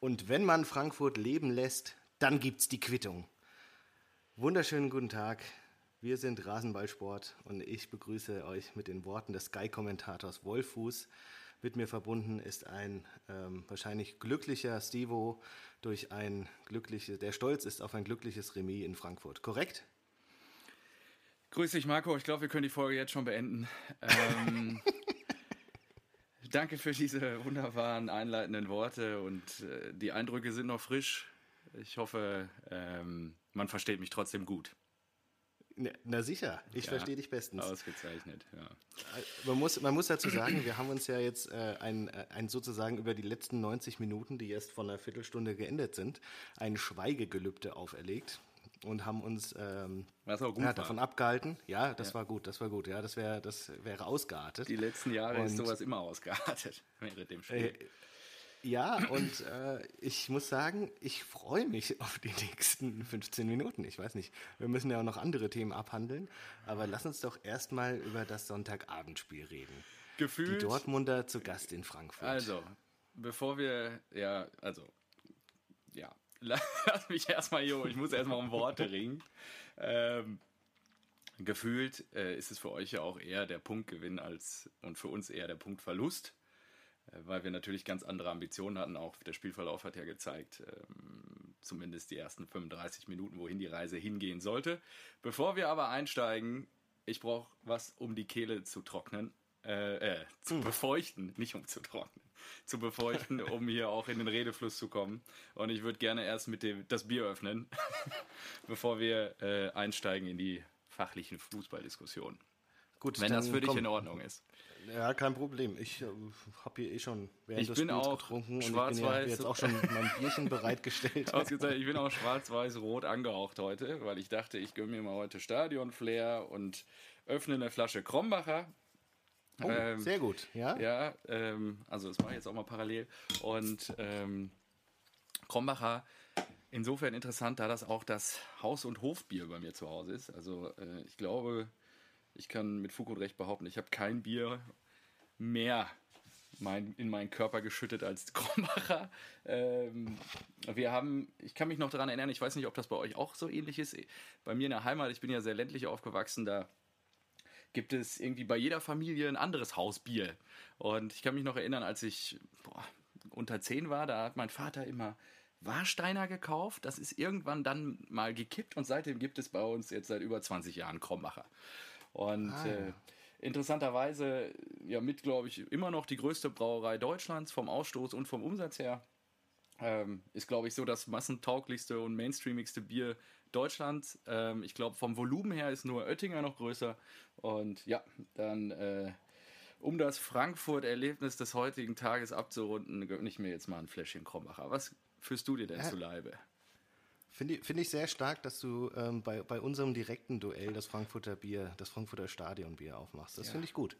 Und wenn man Frankfurt leben lässt, dann gibt's die Quittung. Wunderschönen guten Tag. Wir sind Rasenballsport und ich begrüße euch mit den Worten des Sky-Kommentators Wolfuß. Mit mir verbunden ist ein wahrscheinlich glücklicher Stevo durch der stolz ist auf ein glückliches Remis in Frankfurt. Korrekt? Grüß dich, Marco. Ich glaube, wir können die Folge jetzt schon beenden. Danke für diese wunderbaren einleitenden Worte und die Eindrücke sind noch frisch. Ich hoffe, man versteht mich trotzdem gut. Na sicher, ich verstehe dich bestens. Ausgezeichnet, ja. Man muss dazu sagen, wir haben uns ja jetzt ein sozusagen über die letzten 90 Minuten, die erst von einer Viertelstunde geendet sind, ein Schweigegelübde auferlegt und haben uns davon abgehalten. Ja, das war gut. Ja, das wäre ausgeartet. Die letzten Jahre ist sowas immer ausgeartet während dem Spiel. Ja, und ich muss sagen, ich freue mich auf die nächsten 15 Minuten. Ich weiß nicht, wir müssen ja auch noch andere Themen abhandeln, aber lass uns doch erstmal über das Sonntagabendspiel reden. Gefühlt. Die Dortmunder zu Gast in Frankfurt. Also, bevor wir, lass mich erstmal hier, ich muss erstmal um Worte ringen. Gefühlt ist es für euch ja auch eher der Punktgewinn und für uns eher der Punktverlust. Weil wir natürlich ganz andere Ambitionen hatten. Auch der Spielverlauf hat ja gezeigt, zumindest die ersten 35 Minuten, wohin die Reise hingehen sollte. Bevor wir aber einsteigen, ich brauche was, um die Kehle zu trocknen. Zu befeuchten, nicht um zu trocknen. Zu befeuchten, um hier auch in den Redefluss zu kommen. Und ich würde gerne erst das Bier öffnen, bevor wir einsteigen in die fachlichen Fußballdiskussionen. Gut, wenn das für dich in Ordnung ist. Ja, kein Problem. Ich habe hier schon während des Spiels getrunken und ich bin ja jetzt auch schon mein Bierchen bereitgestellt. Ausgezeichnet. Ich bin auch schwarz-weiß-rot angehaucht heute, weil ich dachte, ich gönne mir mal heute Stadion-Flair und öffne eine Flasche Krombacher. Oh, sehr gut, ja? Ja, also das mache ich jetzt auch mal parallel. Und Krombacher, insofern interessant, da das auch das Haus- und Hofbier bei mir zu Hause ist. Also ich glaube, ich kann mit Fug und Recht behaupten, ich habe kein Bier mehr in meinen Körper geschüttet als Krombacher. Ich kann mich noch daran erinnern, ich weiß nicht, ob das bei euch auch so ähnlich ist. Bei mir in der Heimat, ich bin ja sehr ländlich aufgewachsen, da gibt es irgendwie bei jeder Familie ein anderes Hausbier. Und ich kann mich noch erinnern, als ich unter 10 war, da hat mein Vater immer Warsteiner gekauft. Das ist irgendwann dann mal gekippt und seitdem gibt es bei uns jetzt seit über 20 Jahren Krombacher. Und interessanterweise mit, glaube ich, immer noch die größte Brauerei Deutschlands vom Ausstoß und vom Umsatz her. Ist, glaube ich, so das massentauglichste und mainstreamigste Bier Deutschlands. Ich glaube, vom Volumen her ist nur Oettinger noch größer. Und ja, dann, um das Frankfurt-Erlebnis des heutigen Tages abzurunden, gönne ich mir jetzt mal ein Fläschchen Krombacher. Was führst du dir denn zu Leibe? Finde ich sehr stark, dass du bei unserem direkten Duell das Frankfurter Stadionbier aufmachst. Das finde ich gut.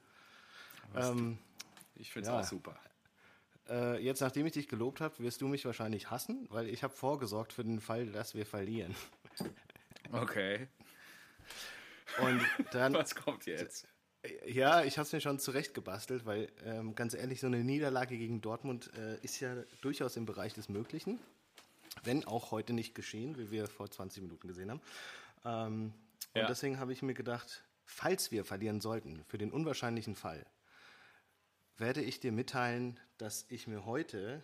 Ich finde es auch super. Jetzt, nachdem ich dich gelobt habe, wirst du mich wahrscheinlich hassen, weil ich habe vorgesorgt für den Fall, dass wir verlieren. Okay. Und dann, was kommt jetzt? Ja, ich habe es mir schon zurechtgebastelt, weil ganz ehrlich, so eine Niederlage gegen Dortmund ist ja durchaus im Bereich des Möglichen. Wenn auch heute nicht geschehen, wie wir vor 20 Minuten gesehen haben. Und deswegen habe ich mir gedacht, falls wir verlieren sollten, für den unwahrscheinlichen Fall, werde ich dir mitteilen, dass ich mir heute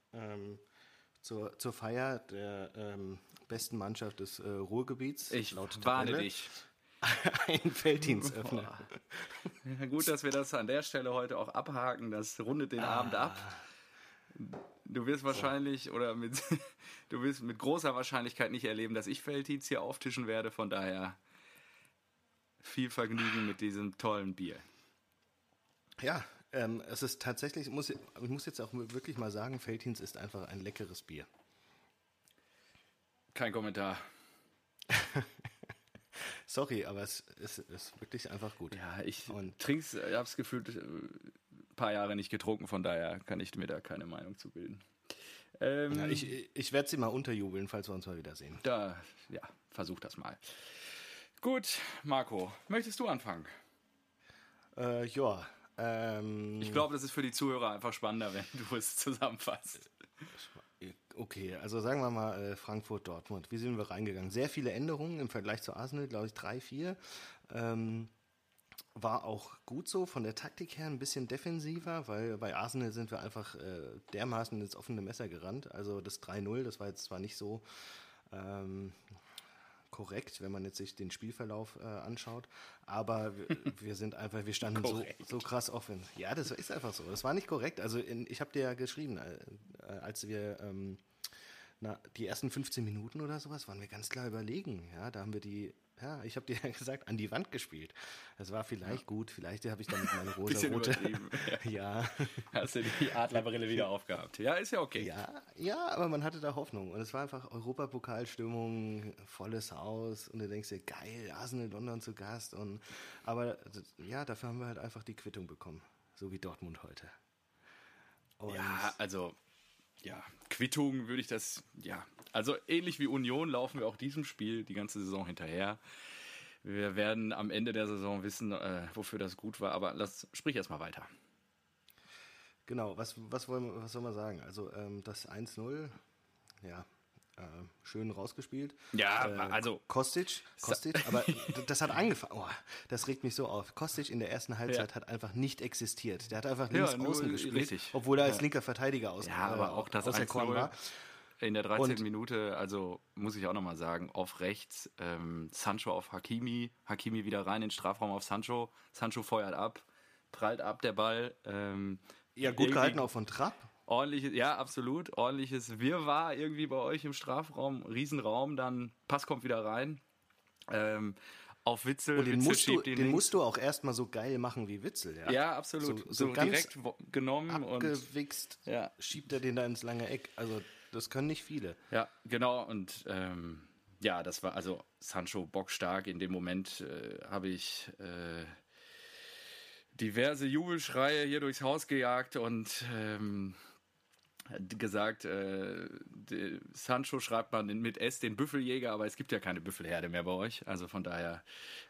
zur Feier der besten Mannschaft des Ruhrgebiets, ich warne dich, einen Felddienst öffne. Ja, gut, dass wir das an der Stelle heute auch abhaken, das rundet den Abend ab. Du wirst wahrscheinlich du wirst mit großer Wahrscheinlichkeit nicht erleben, dass ich Felddienst hier auftischen werde. Von daher viel Vergnügen mit diesem tollen Bier. Ja, es ist tatsächlich, ich muss jetzt auch wirklich mal sagen, Felddienst ist einfach ein leckeres Bier. Kein Kommentar. Sorry, aber es ist wirklich einfach gut. Ja, ich habe es gefühlt ein paar Jahre nicht getrunken, von daher kann ich mir da keine Meinung zu bilden. Ich werde sie mal unterjubeln, falls wir uns mal wiedersehen. Versuch das mal. Gut, Marco, möchtest du anfangen? Ich glaube, das ist für die Zuhörer einfach spannender, wenn du es zusammenfasst. Okay, also sagen wir mal Frankfurt-Dortmund. Wie sind wir reingegangen? Sehr viele Änderungen im Vergleich zu Arsenal, glaube ich 3, 4. War auch gut so, von der Taktik her ein bisschen defensiver, weil bei Arsenal sind wir einfach dermaßen ins offene Messer gerannt. Also das 3-0, das war jetzt zwar nicht so korrekt, wenn man jetzt sich den Spielverlauf anschaut, aber wir sind einfach, wir standen so krass offen. Ja, das ist einfach so. Das war nicht korrekt. Also ich habe dir ja geschrieben, als wir die ersten 15 Minuten oder sowas waren wir ganz klar überlegen. Ja, da haben wir ich habe dir ja gesagt, an die Wand gespielt. Das war vielleicht gut, vielleicht habe ich damit meine rosa-rote. Ja. Hast du die Adlerbrille wieder aufgehabt? Ja, ist ja okay. Ja, aber man hatte da Hoffnung. Und es war einfach Europapokalstimmung, volles Haus. Und du denkst dir, geil, Arsenal London zu Gast. Aber ja, dafür haben wir halt einfach die Quittung bekommen. So wie Dortmund heute. Und Quittung würde ich das, also ähnlich wie Union laufen wir auch diesem Spiel die ganze Saison hinterher. Wir werden am Ende der Saison wissen, wofür das gut war, aber sprich erstmal weiter. Genau, was soll man sagen? Also das 1-0, schön rausgespielt. Ja, also Kostic, aber das hat angefangen. Oh, das regt mich so auf. Kostic in der ersten Halbzeit hat einfach nicht existiert. Der hat einfach links außen gespielt, richtig. Obwohl er als linker Verteidiger aber auch das auserkoren war. In der 13. Minute, also muss ich auch nochmal sagen, auf rechts, Sancho auf Hakimi wieder rein in den Strafraum auf Sancho feuert ab, prallt ab der Ball. Gut gehalten auch von Trapp. Absolut. Ordentliches Wirrwarr irgendwie bei euch im Strafraum. Riesenraum, dann Pass kommt wieder rein. Auf Witzel. Und den musst du auch erstmal so geil machen wie Witzel. Ja, absolut. So direkt genommen. Abgewichst schiebt er den da ins lange Eck. Also das können nicht viele. Ja, genau. Und das war also Sancho bockstark. In dem Moment habe ich diverse Jubelschreie hier durchs Haus gejagt und gesagt, Sancho schreibt man mit S den Büffeljäger, aber es gibt ja keine Büffelherde mehr bei euch, also von daher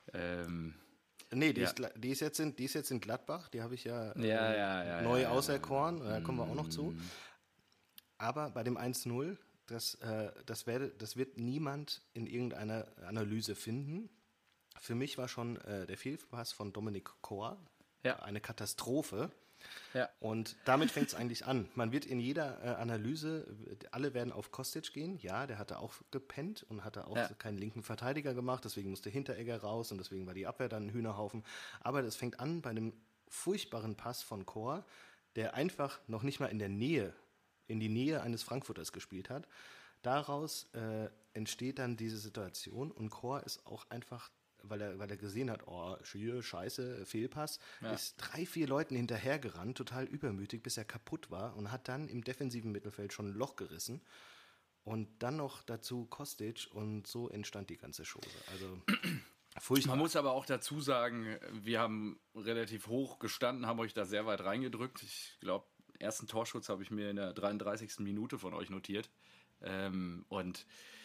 die ist jetzt in Gladbach, die habe ich neu auserkoren, da kommen wir auch noch zu. Aber bei dem 1-0, das wird niemand in irgendeiner Analyse finden. Für mich war schon der Fehlpass von Dominic Kor eine Katastrophe. Ja. Und damit fängt es eigentlich an. Man wird in jeder Analyse, alle werden auf Kostic gehen. Ja, der hatte auch gepennt und hatte auch keinen linken Verteidiger gemacht. Deswegen musste Hinteregger raus und deswegen war die Abwehr dann ein Hühnerhaufen. Aber das fängt an bei einem furchtbaren Pass von Kor, der einfach noch nicht mal in die Nähe eines Frankfurters gespielt hat. Daraus entsteht dann diese Situation und Kor ist auch einfach, weil er gesehen hat, scheiße, Fehlpass, ist 3, 4 Leuten hinterhergerannt, total übermütig, bis er kaputt war und hat dann im defensiven Mittelfeld schon ein Loch gerissen. Und dann noch dazu Kostic und so entstand die ganze Chose. Also furchtbar. Man muss aber auch dazu sagen, wir haben relativ hoch gestanden, haben euch da sehr weit reingedrückt. Ich glaube, ersten Torschutz habe ich mir in der 33. Minute von euch notiert. Und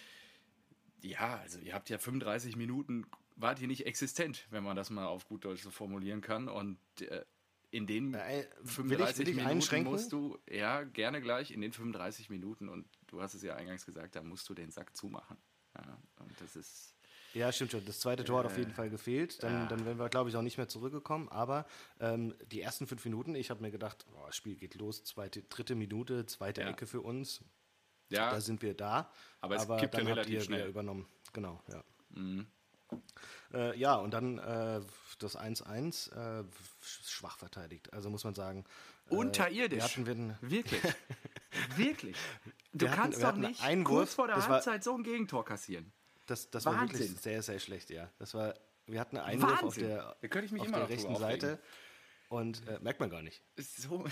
also ihr habt ja 35 Minuten, wart ihr nicht existent, wenn man das mal auf gut Deutsch so formulieren kann. Und in den 35 Minuten musst du, gerne gleich, in den 35 Minuten, und du hast es ja eingangs gesagt, da musst du den Sack zumachen. Ja, und das ist... Ja, stimmt schon. Das zweite Tor hat auf jeden Fall gefehlt. Dann wären wir, glaube ich, auch nicht mehr zurückgekommen. Aber die ersten 5 Minuten, ich habe mir gedacht, das Spiel geht los, dritte Minute, zweite Ecke für uns. Ja. Da sind wir da. Aber es gibt dann ja relativ schnell. Wieder übernommen. Genau, ja. Mhm. Und dann das 1-1 schwach verteidigt. Also muss man sagen. Unterirdisch. Wirklich. Wirklich. Du kannst doch nicht kurz vor der Halbzeit so ein Gegentor kassieren. Das war wirklich sehr, sehr schlecht, ja. Wir hatten einen Einwurf auf der rechten Seite und merkt man gar nicht. So.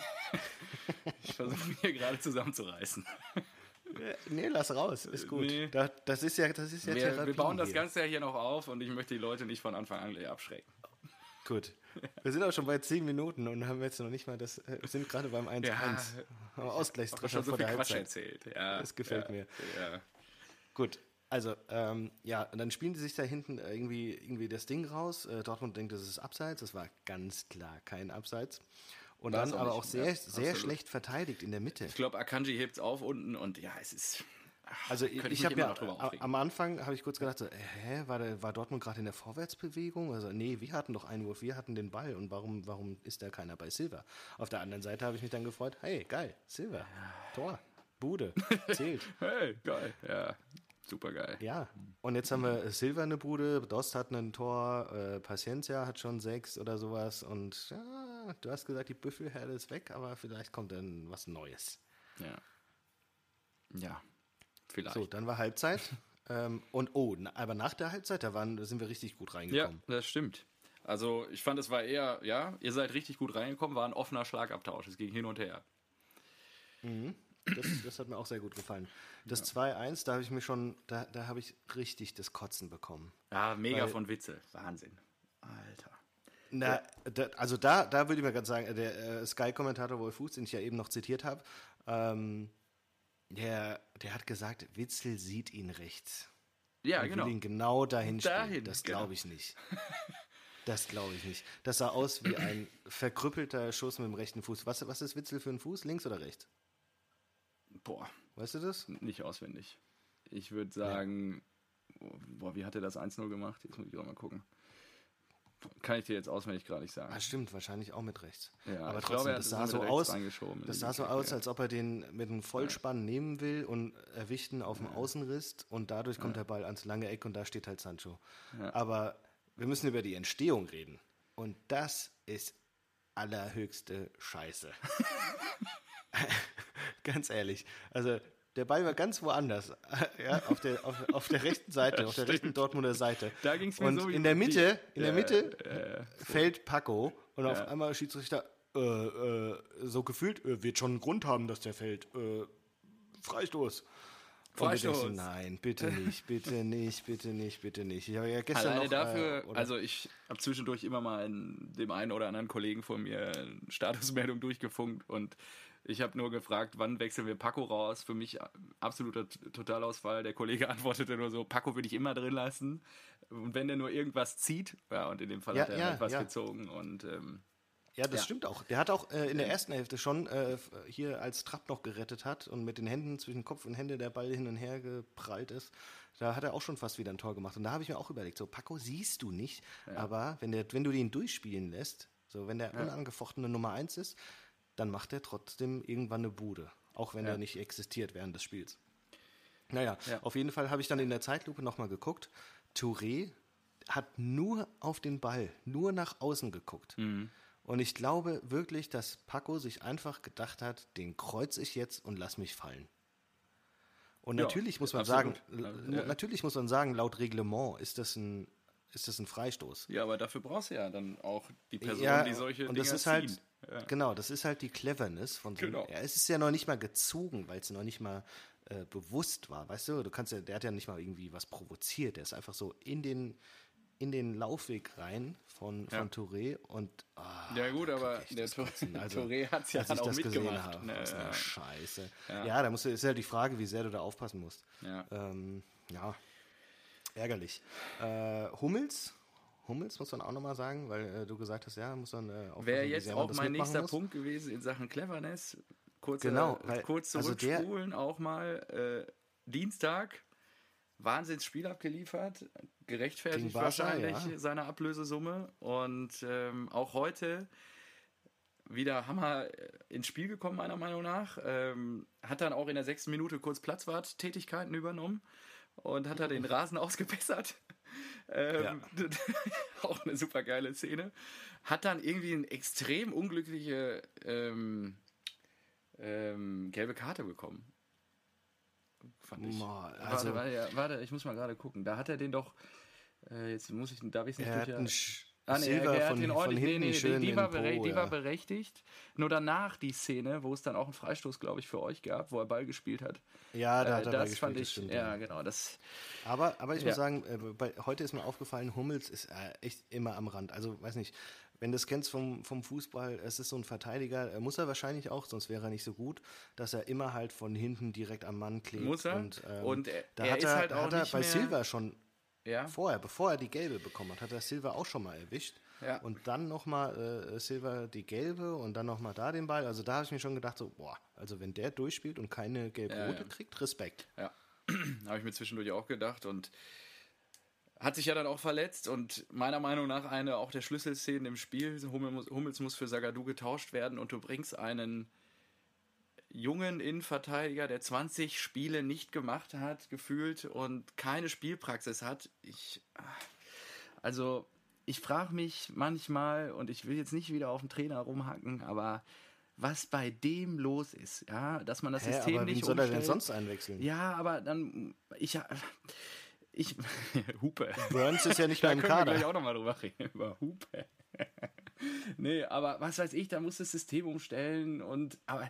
Ich versuche mich hier gerade zusammenzureißen. Nee, lass raus, ist gut. Nee. Das ist ja Therapie. Wir bauen das Ganze ja hier noch auf und ich möchte die Leute nicht von Anfang an abschrecken. Gut. Wir sind auch schon bei 10 Minuten und haben jetzt noch nicht mal wir sind gerade beim 1-1. Haben Ausgleichstreffer vor der Halbzeit. Erzählt. Ja, das gefällt mir. Ja. Gut. Also, und dann spielen die sich da hinten irgendwie das Ding raus. Dortmund denkt, das ist Abseits. Das war ganz klar kein Abseits. Und War's dann auch aber nicht. auch sehr, Ja, sehr absolut. schlecht verteidigt in der Mitte. Ich glaube, Akanji hebt es auf unten und ja, es ist. Also könnte ich mich habe immer ja noch drüber aufregen. am Anfang habe ich kurz gedacht, so, war Dortmund gerade in der Vorwärtsbewegung? Also nee, wir hatten doch Einwurf, wir hatten den Ball und warum ist da keiner bei Silva? Auf der anderen Seite habe ich mich dann gefreut, hey, geil, Silva, Tor, Bude, zählt. Hey, geil. Ja, super geil. Ja, und jetzt haben wir Silva eine Bude, Dost hat ein Tor, Paciencia hat schon 6 oder sowas und ja, du hast gesagt, die Büffelherde ist weg, aber vielleicht kommt dann was Neues. Ja. Ja, vielleicht. So, dann war Halbzeit. Aber nach der Halbzeit, da sind wir richtig gut Ja, reingekommen. das stimmt. Also ich fand, es war eher, ja, ihr seid richtig gut reingekommen, war ein offener Schlagabtausch. Es ging hin und her. Das hat mir auch sehr gut gefallen. Das 2-1, da habe ich mir schon, da habe ich richtig das Kotzen bekommen. Ja, mega Weil- von Witzel. Wahnsinn. Alter. Na, da würde ich mal ganz sagen, der Sky-Kommentator Wolf Fuß, den ich ja eben noch zitiert habe, der hat gesagt, Witzel sieht ihn rechts. Ja, Und genau. will ihn genau dahin spielen. Dahin, Das genau. glaube ich nicht. Das glaube ich nicht. Das sah aus wie ein verkrüppelter Schuss mit dem rechten Fuß. Was ist Witzel für ein Fuß? Links oder rechts? Boah, Weißt du das? nicht auswendig. Ich würde sagen, boah, wie hat er das 1-0 gemacht? Jetzt muss ich gerade mal gucken. Kann ich dir jetzt auswendig gerade nicht sagen. Ah, stimmt, wahrscheinlich auch mit rechts. Ja, Aber ich trotzdem, glaube, er hat das es sah mit so rechts aus, reingeschoben in das die sah so Ecke, aus, ja. als ob er den mit einem Vollspann nehmen will und erwischt ihn auf dem Außenriss und dadurch kommt der Ball ans lange Eck und da steht halt Sancho. Ja. Aber wir müssen über die Entstehung reden. Und das ist allerhöchste Scheiße. Ganz ehrlich. Also der Ball war ganz woanders. Ja, auf der rechten Seite, auf der rechten Dortmunder Seite. Da ging's mir und so wie in der mit Mitte, dir. fällt Paco und auf einmal Schiedsrichter so gefühlt, wird schon einen Grund haben, dass der fällt. Freistoß. Und du denkst, Freistoß. nein, bitte nicht, bitte nicht, bitte nicht, bitte nicht. Ich habe ja gestern Alleine noch, dafür, oder- also ich habe zwischendurch immer mal dem einen oder anderen Kollegen von mir eine Statusmeldung durchgefunkt und ich habe nur gefragt, wann wechseln wir Paco raus? Für mich absoluter Totalausfall. Der Kollege antwortete nur so, Paco würde ich immer drin lassen. Und wenn der nur irgendwas zieht, ja, und in dem Fall Ja, hat er ja, halt was ja. gezogen und Ja, das Ja. stimmt auch. Der hat auch in der ersten Hälfte schon hier als Trapp noch gerettet hat und mit den Händen zwischen Kopf und Hände der Ball hin und her geprallt ist. Da hat er auch schon fast wieder ein Tor gemacht. Und da habe ich mir auch überlegt, so Paco siehst du nicht, aber wenn du den durchspielen lässt, so wenn der unangefochtene Nummer 1 ist, dann macht er trotzdem irgendwann eine Bude. Auch wenn er nicht existiert während des Spiels. Naja, auf jeden Fall habe ich dann in der Zeitlupe nochmal geguckt. Touré hat nur auf den Ball, nur nach außen geguckt. Und ich glaube wirklich, dass Paco sich einfach gedacht hat, den kreuze ich jetzt und lass mich fallen. Und Ja, natürlich muss man absolut. sagen, Ja. natürlich muss man sagen, laut Reglement ist das ein Freistoß. ja, aber dafür brauchst du ja dann auch die Person, Ja, die solche und Dinger das ist halt, ziehen. Ja. genau, das ist halt die Cleverness von so. Genau. Ja, es ist ja noch nicht mal gezogen, weil es noch nicht mal bewusst war, weißt du? Der hat ja nicht mal irgendwie was provoziert, der ist einfach so in den Laufweg rein von Touré und Ja gut, da aber krieg ich der das Kotzen. Touré hat es ja als dann ich auch das gesehen mitgemacht. habe, Ne? was eine Scheiße. Ja. Ja, ist halt die Frage, wie sehr du da aufpassen musst. Ja. Ja, ärgerlich. Hummels muss man auch nochmal sagen, weil du gesagt hast, ja, muss man aufpassen, Wäre wie jetzt sehr man auch das mein mitmachen nächster muss. Punkt gewesen in Sachen Cleverness. Kurz Genau, weil- also zurückspulen auch mal. Dienstag, Wahnsinnsspiel abgeliefert, gerechtfertigt Gegen Barca, wahrscheinlich ja. seine Ablösesumme und auch heute wieder Hammer ins Spiel gekommen, meiner Meinung nach. Hat dann auch in der 6. Minute kurz Platzwarttätigkeiten übernommen und hat da den Rasen ausgebessert. Auch eine super geile Szene. Hat dann irgendwie eine extrem unglückliche gelbe Karte bekommen. Fand ich. Boah, also- Warte, ich muss mal gerade gucken. Da hat er den doch. Jetzt darf ich es nicht Er hat durch. einen Silber er hat den ordentlich schön die in war, den Po, die war ja. berechtigt. Nur danach die Szene, wo es dann auch einen Freistoß, glaube ich, für euch gab, wo er Ball gespielt hat. Ja, da hat er Ball Das fand gespielt, das ich, stimmt, ja, genau. Das, Aber ich Ja. muss sagen, heute ist mir aufgefallen, Hummels ist echt immer am Rand. Also, weiß nicht, wenn du es kennst vom Fußball, es ist so ein Verteidiger, muss er wahrscheinlich auch, sonst wäre er nicht so gut, dass er immer halt von hinten direkt am Mann klebt. Muss er. Und er da hat ist halt auch hat er nicht bei mehr- Silva schon ja. bevor er die gelbe bekommen hat er Silva auch schon mal erwischt. Ja. und dann nochmal Silva die gelbe und dann nochmal da den Ball. Also da habe ich mir schon gedacht, so, boah, also wenn der durchspielt und keine gelb-rote kriegt, Respekt. Ja, habe ich mir zwischendurch auch gedacht und hat sich ja dann auch verletzt und meiner Meinung nach eine auch der Schlüsselszenen im Spiel. Hummels muss für Zagadou getauscht werden und du bringst einen jungen Innenverteidiger, der 20 Spiele nicht gemacht hat, gefühlt und keine Spielpraxis hat. Ich frage mich manchmal, und ich will jetzt nicht wieder auf den Trainer rumhacken, aber was bei dem los ist, ja, dass man das System aber nicht wen soll er umstellt. denn sonst einwechseln? Ja, aber dann, ich Hupe. Burns ist ja nicht mehr im Da können wir gleich Kader. auch nochmal drüber reden, über Hupe. Nee, aber was weiß ich, da muss das System umstellen aber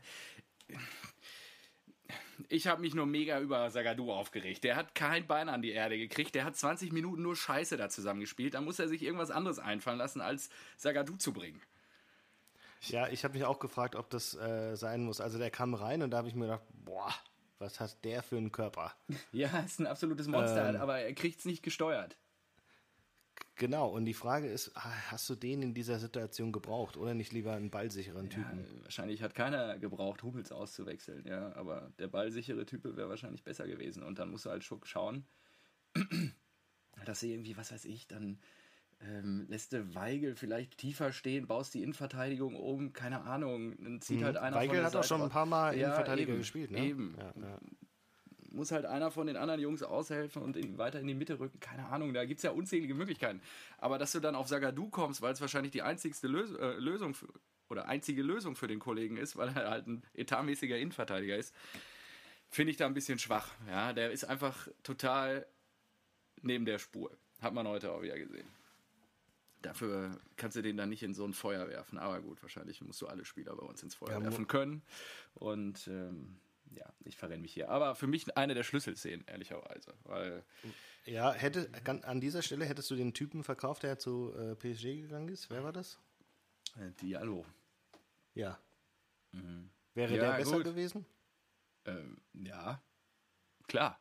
ich habe mich nur mega über Zagadou aufgeregt. Der hat kein Bein an die Erde gekriegt. Der hat 20 Minuten nur Scheiße da zusammengespielt. Da muss er sich irgendwas anderes einfallen lassen, als Zagadou zu bringen. Ja, ich habe mich auch gefragt, ob das sein muss. Also der kam rein und da habe ich mir gedacht, boah, was hat der für einen Körper? Ja, ist ein absolutes Monster, aber er kriegt es nicht gesteuert. Genau, und die Frage ist, hast du den in dieser Situation gebraucht oder nicht lieber einen ballsicheren Typen? Wahrscheinlich hat keiner gebraucht, Hummels auszuwechseln, ja, aber der ballsichere Typ wäre wahrscheinlich besser gewesen und dann musst du halt schauen, dass sie irgendwie, was weiß ich, dann lässt du Weigl vielleicht tiefer stehen, baust die Innenverteidigung um, keine Ahnung, dann zieht halt einer Weigl von der hat auch Seite schon ein paar Mal Innenverteidiger eben, gespielt, ne? Eben. Ja. Muss halt einer von den anderen Jungs aushelfen und weiter in die Mitte rücken. Keine Ahnung, da gibt es ja unzählige Möglichkeiten. Aber dass du dann auf Zagadou kommst, weil es wahrscheinlich die einzige Lösung für den Kollegen ist, weil er halt ein etatmäßiger Innenverteidiger ist, finde ich da ein bisschen schwach. Ja, der ist einfach total neben der Spur. Hat man heute auch wieder gesehen. Dafür kannst du den dann nicht in so ein Feuer werfen. Aber gut, wahrscheinlich musst du alle Spieler bei uns ins Feuer werfen können. Und ja, ich verrenne mich hier. Aber für mich eine der Schlüsselszenen, ehrlicherweise. Weil Ja, an dieser Stelle hättest du den Typen verkauft, der zu PSG gegangen ist. Wer war das? Diallo. Ja. Wäre der besser gewesen? Ja, klar.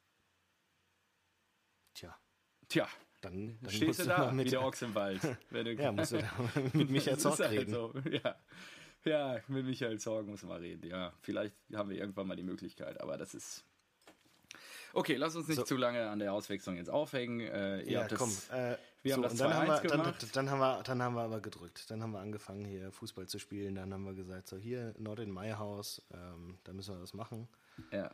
Tja. Dann stehst du da wie der Ochs im Wald. Ja, musst du da mit Michael Zorc reden. Halt so. Ja, mit Michael Zorc muss man reden. Ja, vielleicht haben wir irgendwann mal die Möglichkeit, aber das ist... Okay, lass uns nicht zu lange an der Auswechslung jetzt aufhängen. Wir haben das 2-1 gemacht. Dann haben wir aber gedrückt. Dann haben wir angefangen, hier Fußball zu spielen. Dann haben wir gesagt, so hier, not in my house, da müssen wir was machen. Ja.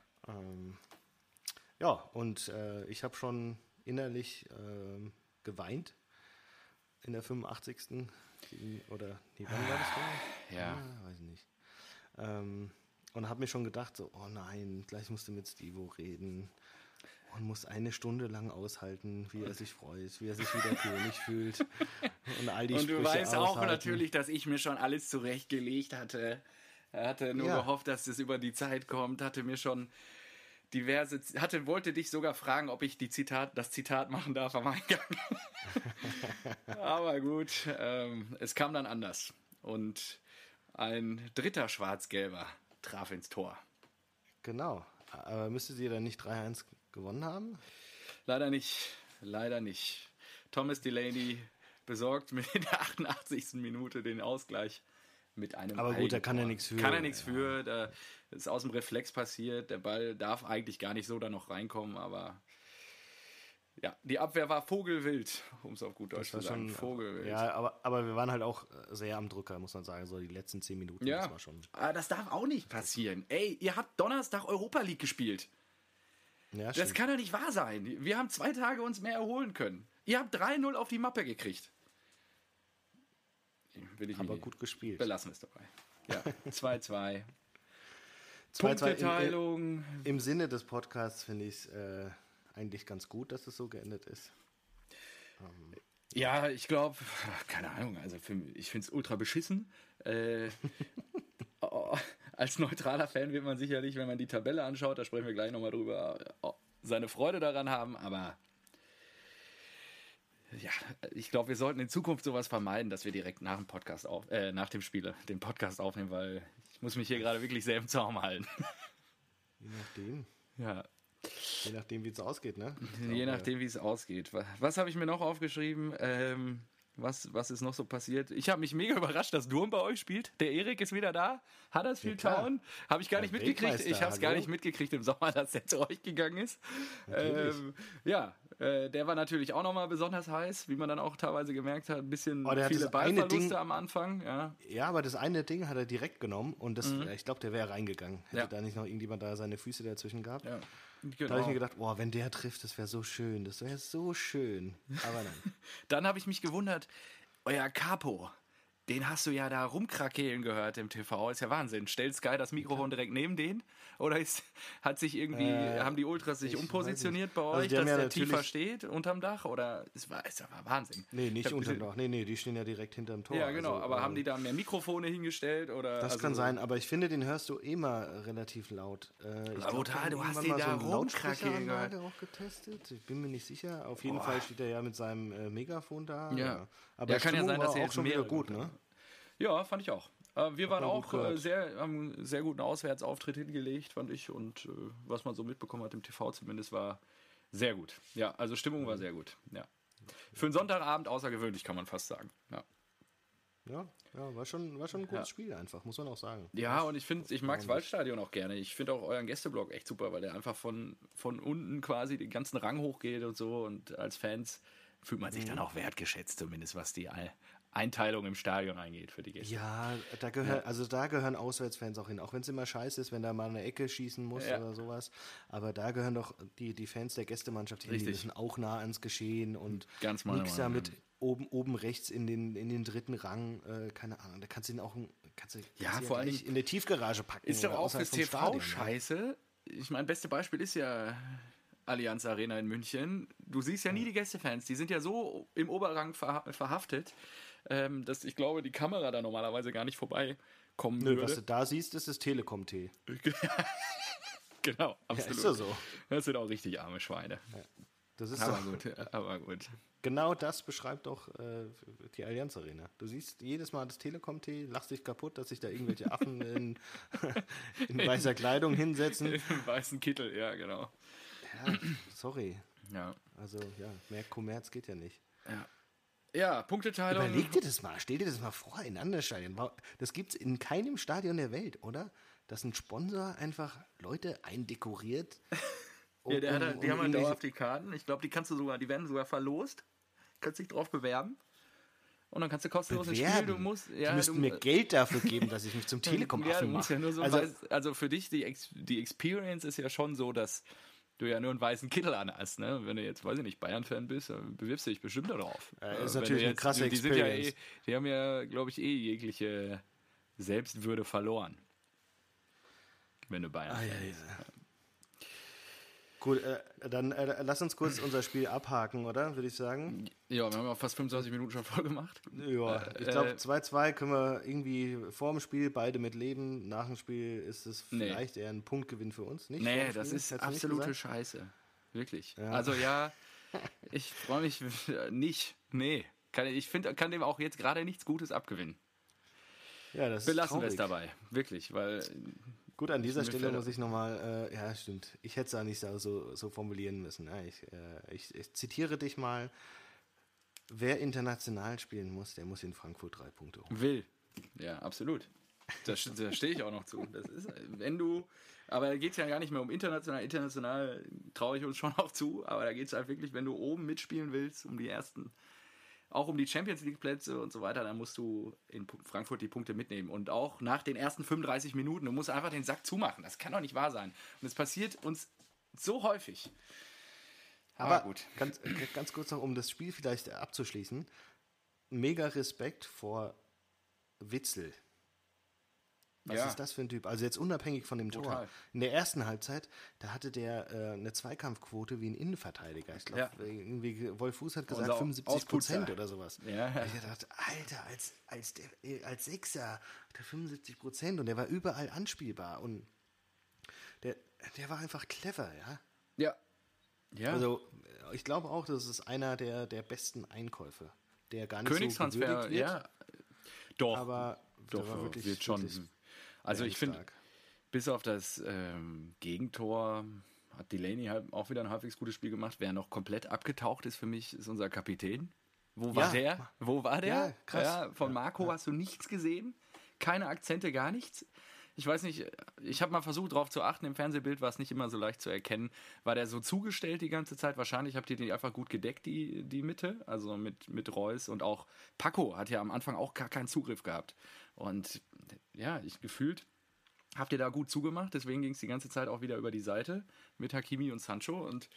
Und ich habe schon innerlich geweint in der 85. Wann war das denn? Ja. Weiß ich nicht. Und habe mir schon gedacht, so, oh nein, gleich musst du mit Stivo reden und muss eine Stunde lang aushalten, wie er sich freut, wie er sich wieder König fühlt und all die Sprüche Und du weißt aushalten. auch natürlich, dass ich mir schon alles zurechtgelegt hatte. Er hatte nur gehofft, dass es über die Zeit kommt, hatte mir schon wollte dich sogar fragen, ob ich das Zitat machen darf am Eingang. Aber gut, es kam dann anders. Und ein dritter Schwarz-Gelber traf ins Tor. Genau. Aber müsstet ihr dann nicht 3-1 gewonnen haben? Leider nicht. Thomas Delaney besorgt mit der 88. Minute den Ausgleich mit einem Aber gut, da kann er nichts für. Kann er nichts für. Da ist aus dem Reflex passiert. Der Ball darf eigentlich gar nicht so da noch reinkommen, aber ja, die Abwehr war vogelwild, um es auf gut Deutsch zu sagen. Vogelwild. Ja, aber wir waren halt auch sehr am Drücker, muss man sagen. So die letzten 10 Minuten, ja, das war schon. Aber das darf auch nicht passieren. Ey, ihr habt Donnerstag Europa League gespielt. Ja, das kann doch nicht wahr sein. Wir haben 2 Tage uns mehr erholen können. Ihr habt 3-0 auf die Mappe gekriegt. Aber gut gespielt. Belassen wir es dabei. Ja, 2-2. Punkteteilung. Im Sinne des Podcasts finde ich es eigentlich ganz gut, dass es so geendet ist. Ja, ich glaube, keine Ahnung, also ich finde es ultra beschissen. Als neutraler Fan wird man sicherlich, wenn man die Tabelle anschaut, da sprechen wir gleich nochmal drüber, seine Freude daran haben, aber ja, ich glaube, wir sollten in Zukunft sowas vermeiden, dass wir direkt nach dem Podcast nach dem Spiel den Podcast aufnehmen, weil ich muss mich hier gerade wirklich sehr im Zaum halten. Je nachdem. Ja. Je nachdem, wie es ausgeht, ne? Je nachdem, wie es ausgeht. Was habe ich mir noch aufgeschrieben? Was ist noch so passiert? Ich habe mich mega überrascht, dass Durm bei euch spielt. Der Erik ist wieder da. Huddersfield Town. Habe ich gar nicht mitgekriegt. Ich habe es gar nicht mitgekriegt im Sommer, dass er zu euch gegangen ist. Der war natürlich auch nochmal besonders heiß, wie man dann auch teilweise gemerkt hat. Ein bisschen viele Ballverluste am Anfang. Ja, aber das eine Ding hat er direkt genommen und ich glaube, der wäre reingegangen. Hätte da nicht noch irgendjemand da seine Füße dazwischen gehabt. Ja. Genau. Da habe ich mir gedacht, wenn der trifft, das wäre so schön. Das wäre so schön. Aber nein. Dann habe ich mich gewundert, euer Capo, den hast du ja da rumkrakehlen gehört im TV. Ist ja Wahnsinn. Stellt Sky das Mikrofon direkt neben den? Oder haben die Ultras sich umpositioniert bei euch, dass der tiefer steht unterm Dach? Oder es war Wahnsinn. Nee, nicht unterm Dach. Nee, die stehen ja direkt hinterm Tor. Ja, genau. Aber haben die da mehr Mikrofone hingestellt? Oder, das kann sein, aber ich finde, den hörst du immer relativ laut. Total, du hast den da rumkrakehlen gehört. Auch getestet. Ich bin mir nicht sicher. Auf jeden Fall steht er ja mit seinem Megafon da. Ja. Aber ja, kann ja sein, dass er auch schon wieder gut, ne? Ja, fand ich auch. Wir waren auch haben einen sehr guten Auswärtsauftritt hingelegt, fand ich. Und was man so mitbekommen hat im TV zumindest, war sehr gut. Ja, also Stimmung war sehr gut. Ja. Für einen Sonntagabend außergewöhnlich, kann man fast sagen. Ja, war schon ein gutes Spiel einfach, muss man auch sagen. Ja, und ich mag das Waldstadion auch gerne. Ich finde auch euren Gästeblock echt super, weil der einfach von unten quasi den ganzen Rang hochgeht und so. Und als Fans fühlt man sich dann auch wertgeschätzt, zumindest was die Einteilung im Stadion eingeht für die Gäste. Ja, da gehören Auswärtsfans auch hin, auch wenn es immer scheiße ist, wenn da mal eine Ecke schießen muss oder sowas. Aber da gehören doch die Fans der Gästemannschaft hin, die müssen auch nah ans Geschehen und nichts da mit oben rechts in den dritten Rang, keine Ahnung, da kannst du ihn auch vor allem in der Tiefgarage packen. Ist doch auch fürs TV scheiße. Ich meine, beste Beispiel ist ja Allianz Arena in München. Du siehst ja nie die Gästefans, die sind ja so im Oberrang verhaftet, dass ich glaube, die Kamera da normalerweise gar nicht vorbeikommen würde. Was du da siehst, ist das Telekom-T. Genau, absolut. Ja, ist ja so. Das sind auch richtig arme Schweine. Ja, das ist aber gut. Genau das beschreibt doch die Allianz Arena. Du siehst jedes Mal das Telekom-T, lachst dich kaputt, dass sich da irgendwelche Affen in weißer Kleidung hinsetzen. In weißen Kittel, ja, genau. Ja, sorry. Ja. Also, mehr Kommerz geht ja nicht. Ja, Punkteteilung. Überleg dir das mal, stell dir das mal vor in anderen Stadien. Das gibt's in keinem Stadion der Welt, oder? Dass ein Sponsor einfach Leute eindekoriert. Die haben halt dauerhaft die Karten. Ich glaube, die werden sogar verlost. Kannst dich drauf bewerben. Und dann kannst du kostenlos ins Spiel. Die müssten mir Geld dafür geben, dass ich mich zum Telekom-Affen mache. Ja nur so also für dich, die Experience ist ja schon so, dass du ja nur einen weißen Kittel anhast, ne? Wenn du jetzt, weiß ich nicht, Bayern-Fan bist, dann bewirbst du dich bestimmt darauf. Ist natürlich eine krasse Experience. Die haben ja, glaube ich, jegliche Selbstwürde verloren. Wenn du Bayern-Fan bist. Gut, dann lass uns kurz unser Spiel abhaken, oder? Würde ich sagen. Ja, wir haben ja fast 25 Minuten schon voll gemacht. Ja, ich glaube 2-2 können wir irgendwie vor dem Spiel beide mit leben. Nach dem Spiel ist es vielleicht eher ein Punktgewinn für uns. Nicht nee, das ist absolute Scheiße. Wirklich. Ja. Also ich freue mich nicht. Nee, kann dem auch jetzt gerade nichts Gutes abgewinnen. Ja, das Belassen wir es dabei. Wirklich, weil... Gut, an dieser Stelle muss ich nochmal, stimmt, ich hätte es auch nicht so formulieren müssen. Ja, ich zitiere dich mal, wer international spielen muss, der muss in Frankfurt 3 Punkte holen. Will, ja, absolut. Da stehe ich auch noch zu. Das ist, aber da geht es ja gar nicht mehr um international traue ich uns schon auch zu, aber da geht es halt wirklich, wenn du oben mitspielen willst, um die ersten... Auch um die Champions-League-Plätze und so weiter, dann musst du in Frankfurt die Punkte mitnehmen. Und auch nach den ersten 35 Minuten, du musst einfach den Sack zumachen. Das kann doch nicht wahr sein. Und es passiert uns so häufig. Aber gut. Ganz kurz noch, um das Spiel vielleicht abzuschließen. Mega Respekt vor Witzel. Was ist das für ein Typ? Also jetzt unabhängig von dem Tor. In der ersten Halbzeit, da hatte der eine Zweikampfquote wie ein Innenverteidiger. Ich glaube, irgendwie Wolf Fuß hat gesagt 75% oder sowas. Ja. Ich dachte, Alter, als Sechser hat er 75% und der war überall anspielbar. Und der war einfach clever, ja? Ja. Also ich glaube auch, das ist einer der besten Einkäufe, der gar nicht Königstransfer, so gewürdigt wird. Ja. Doch. Aber doch, war wirklich, wird schon. Wirklich also ich finde, bis auf das Gegentor hat Delaney halt auch wieder ein halbwegs gutes Spiel gemacht. Wer noch komplett abgetaucht ist für mich, ist unser Kapitän. Wo war Ja. der? Wo war der? Ja, krass. Ja, von Marco hast du nichts gesehen? Keine Akzente, gar nichts? Ich weiß nicht, ich habe mal versucht, darauf zu achten. Im Fernsehbild war es nicht immer so leicht zu erkennen. War der so zugestellt die ganze Zeit? Wahrscheinlich habt ihr die einfach gut gedeckt, die Mitte. Also mit Reus. Und auch Paco hat ja am Anfang auch gar keinen Zugriff gehabt. Und ja, gefühlt habt ihr da gut zugemacht. Deswegen ging es die ganze Zeit auch wieder über die Seite mit Hakimi und Sancho. Und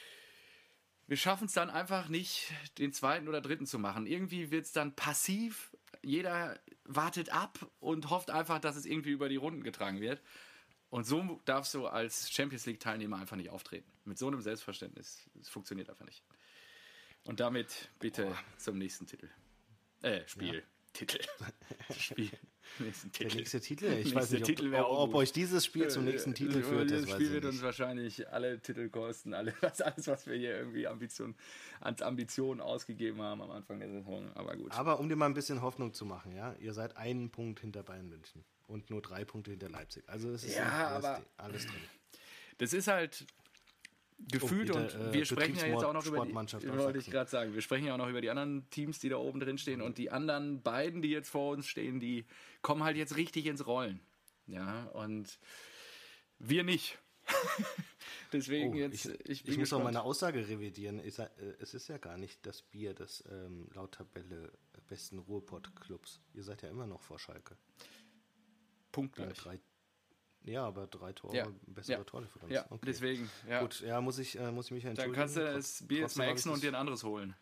wir schaffen es dann einfach nicht, den zweiten oder dritten zu machen. Irgendwie wird es dann passiv. Jeder wartet ab und hofft einfach, dass es irgendwie über die Runden getragen wird. Und so darfst du als Champions League-Teilnehmer einfach nicht auftreten. Mit so einem Selbstverständnis. Es funktioniert einfach nicht. Und damit bitte zum nächsten Titel. Spiel. Ja. Titel. Spiel. Nächsten Titel. Der nächste Titel? Ich weiß nicht, ob euch dieses Spiel zum nächsten Titel führt. Das Spiel wird uns wahrscheinlich alle Titel kosten. Alles, was wir hier irgendwie ans Ambitionen ausgegeben haben am Anfang der Saison. Aber gut. Aber um dir mal ein bisschen Hoffnung zu machen, ja, ihr seid einen Punkt hinter Bayern München und nur 3 Punkte hinter Leipzig. Also es ist alles drin. Das ist halt gefühlt und wir sprechen ja jetzt auch noch über wollte ich gerade sagen, wir sprechen ja auch noch über die anderen Teams, die da oben drin stehen und die anderen beiden, die jetzt vor uns stehen, die kommen halt jetzt richtig ins Rollen. Ja, und wir nicht. Deswegen ich muss auch meine Aussage revidieren. Es ist ja gar nicht das Bier des laut Tabelle besten Ruhrpott-Clubs. Ihr seid ja immer noch vor Schalke. Punktgleich. Ja, aber 3 Tore, bessere Tordifferenz. Ja, okay. Deswegen. Ja. Gut, muss ich mich entschuldigen. Dann kannst du das Bier jetzt mal exen und dir ein anderes holen.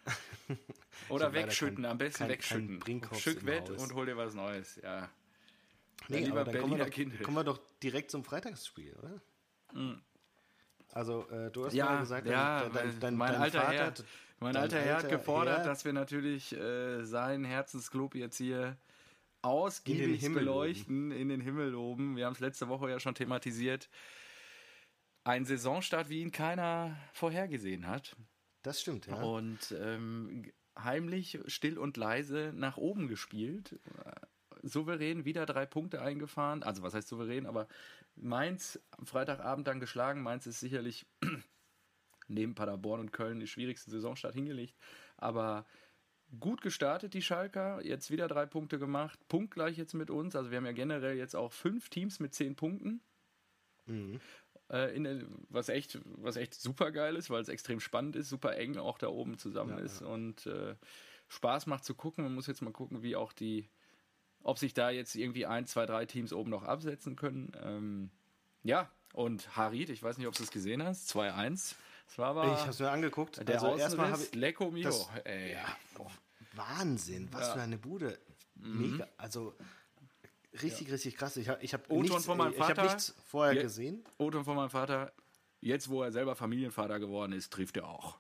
Oder wegschütten, am besten wegschütten. Schütt weg und hol dir was Neues, ja. Nee, aber dann kommen wir doch direkt zum Freitagsspiel, oder? Mhm. Also, du hast mal gesagt, mein alter Herr hat gefordert, dass wir natürlich seinen Herzensclub jetzt hier ausgiebig beleuchten, in den Himmel loben. Wir haben es letzte Woche ja schon thematisiert. Ein Saisonstart, wie ihn keiner vorhergesehen hat. Das stimmt, ja. Und heimlich, still und leise nach oben gespielt. Souverän wieder 3 Punkte eingefahren. Also was heißt souverän, aber Mainz am Freitagabend dann geschlagen. Mainz ist sicherlich neben Paderborn und Köln die schwierigste Saisonstart hingelegt. Aber gut gestartet, die Schalker. Jetzt wieder 3 Punkte gemacht. Punktgleich jetzt mit uns. Also wir haben ja generell jetzt auch 5 Teams mit 10 Punkten. Mhm. Was echt super geil ist, weil es extrem spannend ist, super eng auch da oben zusammen ist und Spaß macht zu gucken. Man muss jetzt mal gucken, wie auch ob sich da jetzt irgendwie 1, 2, 3 Teams oben noch absetzen können. Und Harid, ich weiß nicht, ob du es gesehen hast, 2-1. Ich habe es mir angeguckt. Der erstmal Lecco Mio. Wahnsinn, was für eine Bude. Mega, also richtig krass. Ich habe nichts vorher gesehen. O-Ton von meinem Vater, jetzt wo er selber Familienvater geworden ist, trifft er auch.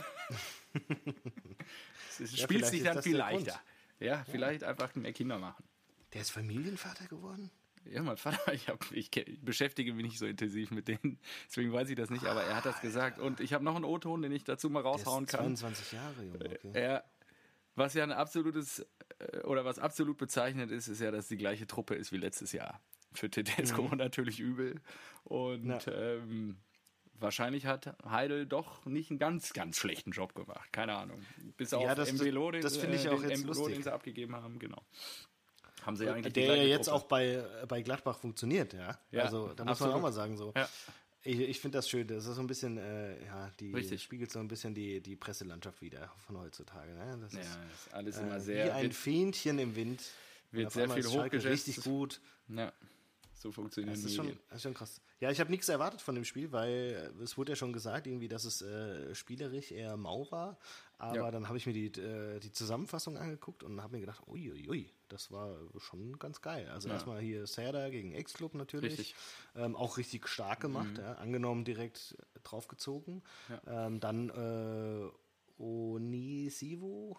Spielt sich dann viel leichter. Ja, vielleicht einfach mehr Kinder machen. Der ist Familienvater geworden? Ja, mein Vater, ich beschäftige mich nicht so intensiv mit denen, deswegen weiß ich das nicht, aber er hat das gesagt. Und ich habe noch einen O-Ton, den ich dazu mal raushauen kann. 22 Jahre, Junge, okay. Was ja was absolut bezeichnend ist, ist ja, dass die gleiche Truppe ist wie letztes Jahr. Für Tedesco natürlich übel. Und wahrscheinlich hat Heidel doch nicht einen ganz, ganz schlechten Job gemacht. Keine Ahnung. Bis auf Mbelo, den sie abgegeben haben, genau. Haben sie eigentlich der ja jetzt auch bei Gladbach funktioniert, ja. Also da muss man auch mal sagen so. Ja. Ich finde das schön. Das ist so ein bisschen, spiegelt so ein bisschen die Presselandschaft wieder von heutzutage. Ne? Das ist alles immer sehr. Wie ein Fähnchen im Wind. Wird sehr viel hochgeschätzt. Richtig gut. Ja. So funktioniert das. Das ist schon krass. Ja, ich habe nichts erwartet von dem Spiel, weil es wurde ja schon gesagt, irgendwie, dass es spielerisch eher mau war. Aber dann habe ich mir die Zusammenfassung angeguckt und habe mir gedacht, uiuiui, das war schon ganz geil. Also erstmal hier Serda gegen Ex-Club natürlich. Richtig. Auch richtig stark gemacht, angenommen direkt draufgezogen. Ja. Dann Onisovo,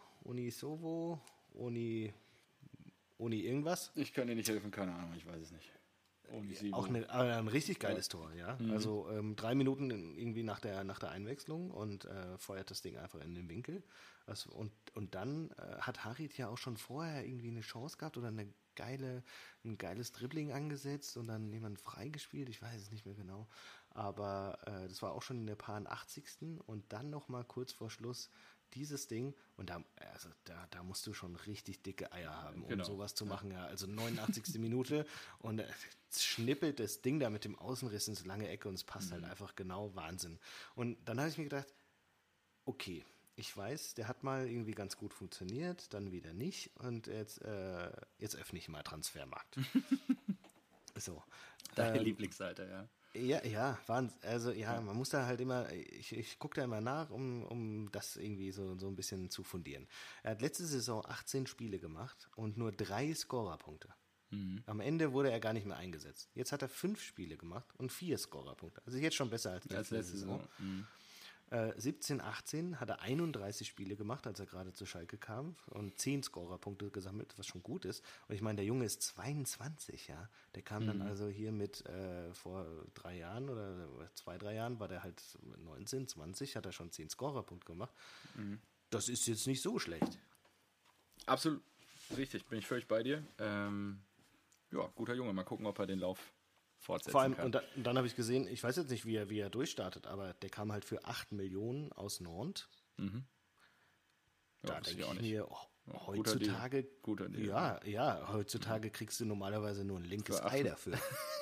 Oni irgendwas. Ich kann dir nicht helfen, keine Ahnung, ich weiß es nicht. Auch ein richtig geiles Tor, ja. Mhm. Also 3 Minuten irgendwie nach der Einwechslung und feuert das Ding einfach in den Winkel. Und dann hat Harid ja auch schon vorher irgendwie eine Chance gehabt oder ein geiles Dribbling angesetzt und dann jemand freigespielt, ich weiß es nicht mehr genau. Aber das war auch schon in der 80. Und dann nochmal kurz vor Schluss dieses Ding, und da musst du schon richtig dicke Eier haben, um Genau. sowas zu machen. Ja. Also 89. Minute und schnippelt das Ding da mit dem Außenriss ins lange Ecke und es passt halt einfach genau Wahnsinn. Und dann habe ich mir gedacht, okay, ich weiß, der hat mal irgendwie ganz gut funktioniert, dann wieder nicht und jetzt öffne ich mal Transfermarkt. So. Deine Lieblingsseite, ja. Ja, also ja, man muss da halt immer, ich gucke da immer nach, um das irgendwie so ein bisschen zu fundieren. Er hat letzte Saison 18 Spiele gemacht und nur 3 Scorerpunkte. Am Ende wurde er gar nicht mehr eingesetzt. Jetzt hat er 5 Spiele gemacht und 4 Scorerpunkte. Also jetzt schon besser als letzte Saison. 17, 18 hat er 31 Spiele gemacht, als er gerade zu Schalke kam und 10 Scorerpunkte gesammelt, was schon gut ist. Und ich meine, der Junge ist 22, ja. Der kam dann also hier mit vor 3 Jahren oder 2, 3 Jahren war der halt 19, 20, hat er schon 10 Scorerpunkte gemacht. Das ist jetzt nicht so schlecht. Absolut richtig, bin ich völlig bei dir. Ja, guter Junge, mal gucken, ob er den Lauf fortsetzen Vor allem, kann. und dann habe ich gesehen, ich weiß jetzt nicht, wie er durchstartet, aber der kam halt für 8 Millionen aus Nantes. Ja, Da wusste denke auch ich nicht. mir, Guter heutzutage, Deal. Guter Deal. ja, heutzutage kriegst du normalerweise nur ein linkes Für 8 Ei dafür.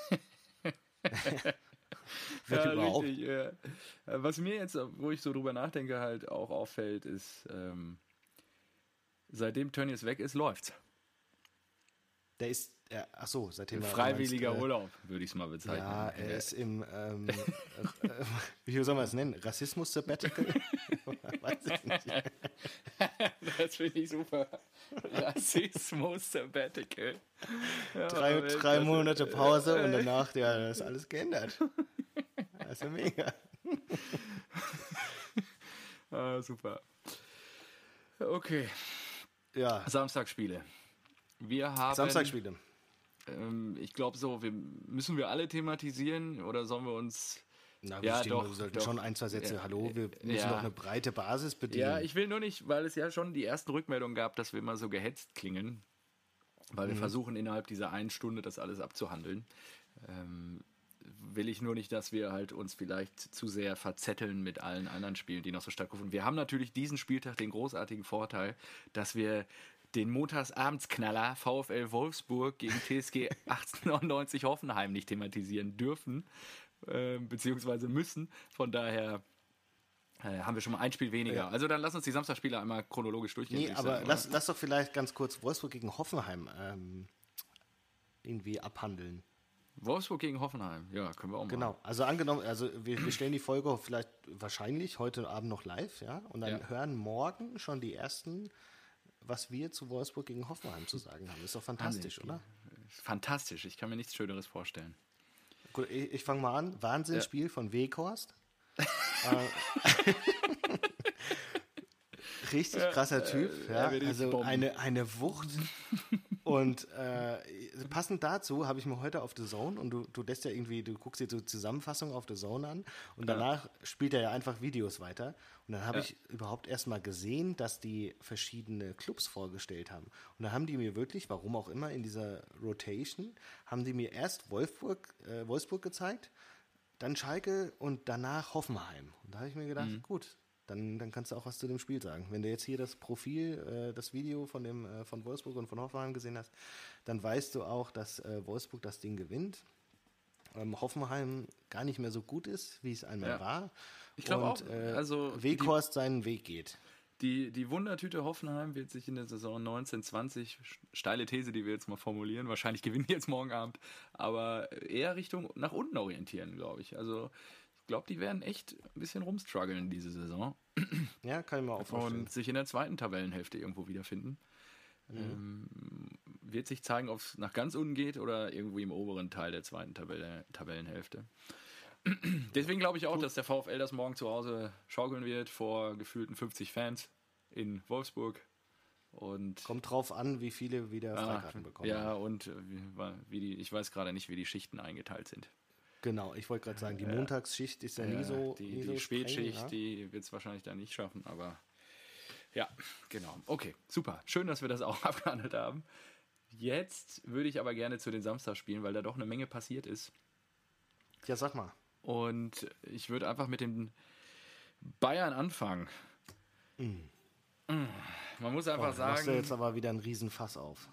Ja, überhaupt. richtig. Ja. Was mir jetzt, wo ich so drüber nachdenke, halt auch auffällt, ist, seitdem Tönnies weg ist, läuft's. Der ist, seitdem er Freiwilliger meinst, Urlaub, würde ich es mal bezeichnen. Ja, er ist im, wie soll man es nennen? Rassismus-Sabbatical? Weiß ich nicht. Das finde ich super. Rassismus-Sabbatical. Ja, Drei Monate Pause und danach, ja, das ist alles geändert. Das ist ja mega. Super. Okay, Ja, Samstagsspiele. Wir haben... Samstagsspiele. Ich glaube so, müssen wir alle thematisieren oder sollen wir uns... Na, Ja, wir sollten schon 1, 2 Sätze. Hallo, wir müssen doch eine breite Basis bedienen. Ja, ich will nur nicht, weil es ja schon die ersten Rückmeldungen gab, dass wir immer so gehetzt klingen, weil wir versuchen innerhalb dieser 1 Stunde das alles abzuhandeln. Will ich nur nicht, dass wir halt uns vielleicht zu sehr verzetteln mit allen anderen Spielen, die noch so stattgefunden. Wir haben natürlich diesen Spieltag den großartigen Vorteil, dass wir den Montagsabensknaller VfL Wolfsburg gegen TSG 1899 Hoffenheim nicht thematisieren dürfen, beziehungsweise müssen. Von daher haben wir schon mal ein Spiel weniger. Ja. Also dann lass uns die Samstagsspiele einmal chronologisch durchgehen. Nee, würde ich aber sagen, lass doch vielleicht ganz kurz Wolfsburg gegen Hoffenheim irgendwie abhandeln. Wolfsburg gegen Hoffenheim, ja, können wir auch machen. Genau, also angenommen, wir stellen die Folge wahrscheinlich heute Abend noch live, ja, und dann hören morgen schon die ersten, was wir zu Wolfsburg gegen Hoffenheim zu sagen haben. Ist doch fantastisch, oder? Fantastisch, ich kann mir nichts Schöneres vorstellen. Gut, ich fange mal an. Wahnsinnsspiel von Weghorst. Richtig krasser Typ, ja. Also eine Wucht. Und passend dazu habe ich mir heute auf The Zone, und du lässt ja irgendwie, du guckst dir so Zusammenfassungen auf The Zone an und danach spielt er ja einfach Videos weiter. Und dann habe ich überhaupt erst mal gesehen, dass die verschiedene Clubs vorgestellt haben. Und dann haben die mir wirklich, warum auch immer, in dieser Rotation, haben die mir erst Wolfsburg gezeigt, dann Schalke und danach Hoffenheim. Und da habe ich mir gedacht, gut, dann kannst du auch was zu dem Spiel sagen. Wenn du jetzt hier das Profil, das Video von Wolfsburg und von Hoffenheim gesehen hast, dann weißt du auch, dass Wolfsburg das Ding gewinnt. Hoffenheim gar nicht mehr so gut ist, wie es einmal war. Ich glaube auch. Weghorst seinen Weg geht. Die Wundertüte Hoffenheim wird sich in der Saison 1920, steile These, die wir jetzt mal formulieren, wahrscheinlich gewinnen die jetzt morgen Abend, aber eher Richtung nach unten orientieren, glaube ich. Also ich glaube, die werden echt ein bisschen rumstruggeln diese Saison. Ja, kann ich mir auch vorstellen. Und sich in der zweiten Tabellenhälfte irgendwo wiederfinden. Wird sich zeigen, ob es nach ganz unten geht oder irgendwo im oberen Teil der zweiten Tabellenhälfte. Deswegen glaube ich auch, dass der VfL das morgen zu Hause schaukeln wird vor gefühlten 50 Fans in Wolfsburg. Und kommt drauf an, wie viele wieder Freikarten bekommen. Ja, und ich weiß gerade nicht, wie die Schichten eingeteilt sind. Genau, ich wollte gerade sagen, die Montagsschicht ist ja nie so die Spätschicht, streng, die wird es wahrscheinlich dann nicht schaffen, aber ja, genau. Okay, super. Schön, dass wir das auch abgehandelt haben. Jetzt würde ich aber gerne zu den Samstagsspielen, weil da doch eine Menge passiert ist. Ja, sag mal. Und ich würde einfach mit den Bayern anfangen. Man muss einfach Machst du sagen, jetzt aber wieder einen Riesenfass auf.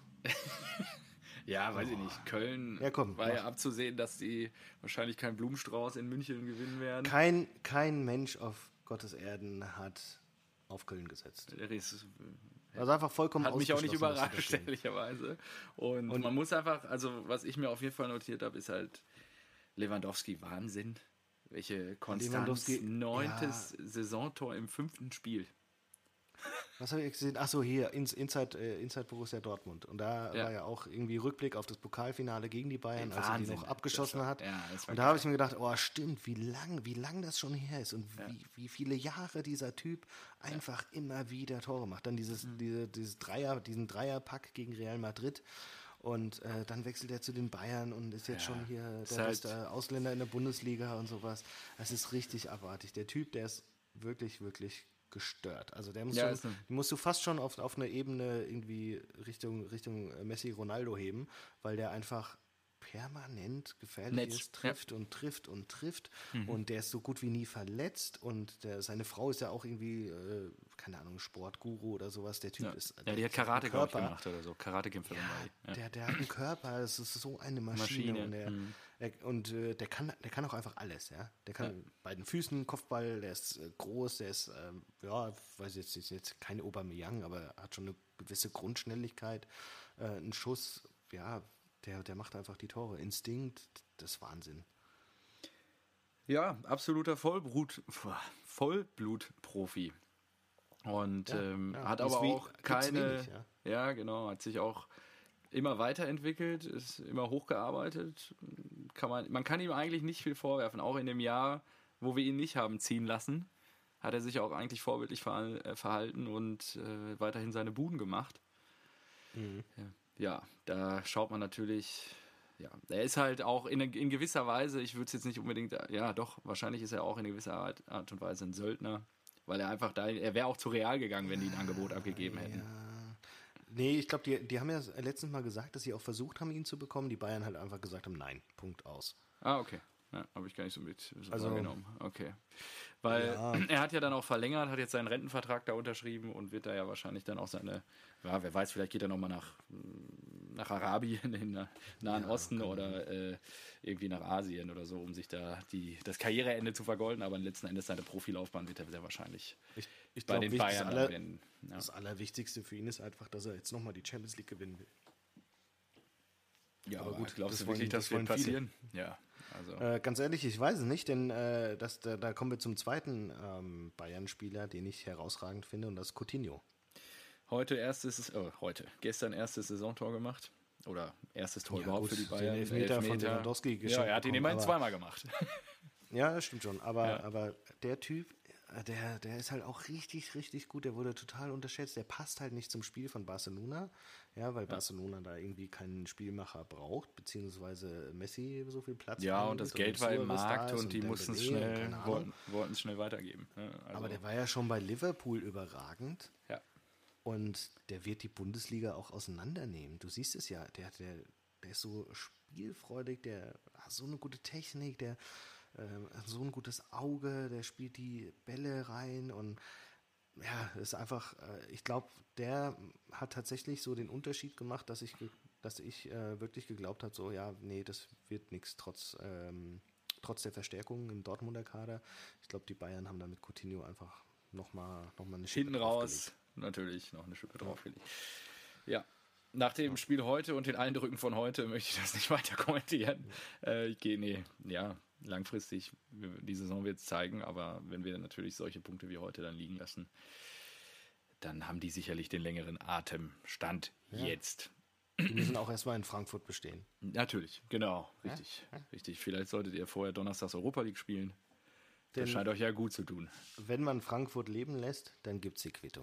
ja, weiß ich nicht, Köln Ja, komm, war mach. ja abzusehen, dass die wahrscheinlich keinen Blumenstrauß in München gewinnen werden. Kein Mensch auf Gottes Erden hat auf Köln gesetzt. Der Rest Also einfach vollkommen hat mich auch nicht ausgeschlossen, dass sie da überrascht, stehen. ehrlicherweise. Und man muss einfach, also was ich mir auf jeden Fall notiert habe, ist halt Lewandowski Wahnsinn. Welche Konstanz, Lewandowski, 9. ja. Saisontor im 5. Spiel. Was habe ich gesehen? Achso, hier, Inside Borussia Dortmund. Und da Ja. war ja auch irgendwie Rückblick auf das Pokalfinale gegen die Bayern, als er die Wahnsinn. noch abgeschossen hat. Ja, das war Und da habe ich mir gedacht, oh stimmt, wie lang das schon her ist und wie viele Jahre dieser Typ einfach immer wieder Tore macht. Dann diesen Dreierpack gegen Real Madrid. Und dann wechselt er zu den Bayern und ist jetzt schon hier der halt- beste Ausländer in der Bundesliga und sowas. Das ist richtig abartig. Der Typ, der ist wirklich, wirklich gestört. Also der muss Ja, schon, ist ein- den musst du fast schon auf eine Ebene irgendwie Richtung Messi, Ronaldo heben, weil der einfach permanent gefährlich Netz, ist, trifft und trifft und trifft und der ist so gut wie nie verletzt und seine Frau ist ja auch irgendwie, keine Ahnung, Sportguru oder sowas, der Typ Ja. ist... Ja, die hat der Karate, einen glaube ich, Körper. gemacht oder so. Karatekämpferin war die. Ja. Der hat einen Körper, das ist so eine Maschine. Und der kann auch einfach alles, ja. Der kann bei den Füßen Kopfball, der ist groß, der ist, weiß jetzt nicht, jetzt keine Aubameyang, aber hat schon eine gewisse Grundschnelligkeit. Ein Schuss, ja, der macht einfach die Tore. Instinkt, das ist Wahnsinn. Ja, absoluter Vollblutprofi. Und hat Ist aber wie- auch gibt's keine. wenig, ja. Ja, genau, hat sich auch immer weiterentwickelt, ist immer hochgearbeitet. Man kann ihm eigentlich nicht viel vorwerfen. Auch in dem Jahr, wo wir ihn nicht haben ziehen lassen, hat er sich auch eigentlich vorbildlich verhalten und weiterhin seine Buden gemacht. Ja, da schaut man natürlich. Ja, er ist halt auch in gewisser Weise, ich würde es jetzt nicht unbedingt, ja doch, wahrscheinlich ist er auch in gewisser Art und Weise ein Söldner, weil er einfach er wäre auch zu Real gegangen, wenn die ein Angebot abgegeben hätten. Ja. Nee, ich glaube, die haben ja letztens mal gesagt, dass sie auch versucht haben, ihn zu bekommen. Die Bayern halt einfach gesagt haben, nein, Punkt aus. Ah, okay. Ja, habe ich gar nicht so Also- wahrgenommen. Okay. Weil Ja. er hat ja dann auch verlängert, hat jetzt seinen Rentenvertrag da unterschrieben und wird da ja wahrscheinlich dann auch ja, wer weiß, vielleicht geht er nochmal nach Arabien, in den Nahen Osten oder irgendwie nach Asien oder so, um sich da das Karriereende zu vergolden, aber letzten Endes seine Profilaufbahn wird er sehr wahrscheinlich Ich bei glaub, den Bayern dann beenden. Ja. Das Allerwichtigste für ihn ist einfach, dass er jetzt nochmal die Champions League gewinnen will. Ja, aber Aber gut, glaubst das du wirklich, wollen- das das wird wollen viele. passieren? Ja, also. Ganz ehrlich, ich weiß es nicht, denn da kommen wir zum zweiten Bayern-Spieler, den ich herausragend finde, und das ist Coutinho. Gestern erstes Saisontor gemacht. Oder erstes Tor Ja, überhaupt gut, für die den Bayern. Elfmeter von Lewandowski Ja, geschenkt er hat ihn bekommen, immerhin aber- zweimal gemacht. Ja, das stimmt schon. Aber, Ja. aber der Typ, der ist halt auch richtig, richtig gut. Der wurde total unterschätzt. Der passt halt nicht zum Spiel von Barcelona. Ja, weil Barcelona da irgendwie keinen Spielmacher braucht, beziehungsweise Messi so viel Platz Ja, einnimmt und das Geld war im Suarez da Markt ist und die mussten es Dembélé und schnell, keine Ahnung. wollten es schnell weitergeben. Ja, also, Aber der war ja schon bei Liverpool überragend. ja. Und der wird die Bundesliga auch auseinandernehmen. Du siehst es ja, der ist so spielfreudig, der hat so eine gute Technik, der hat so ein gutes Auge, der spielt die Bälle rein und ja, ist einfach, ich glaube, der hat tatsächlich so den Unterschied gemacht, dass ich wirklich geglaubt habe, so ja, nee, das wird nichts, trotz der Verstärkung im Dortmunder Kader. Ich glaube, die Bayern haben da mit Coutinho einfach nochmal eine Schippe Hinten raus natürlich noch eine Schippe draufgelegt. Ja. Nach dem Spiel heute und den Eindrücken von heute möchte ich das nicht weiter kommentieren. Langfristig, die Saison wird es zeigen, aber wenn wir natürlich solche Punkte wie heute dann liegen lassen, dann haben die sicherlich den längeren Atemstand jetzt. Die müssen auch erstmal in Frankfurt bestehen. Natürlich, genau, richtig. Richtig. Vielleicht solltet ihr vorher donnerstags Europa League spielen. Das Denn scheint euch ja gut zu tun. wenn man Frankfurt leben lässt, dann gibt es die Quittung.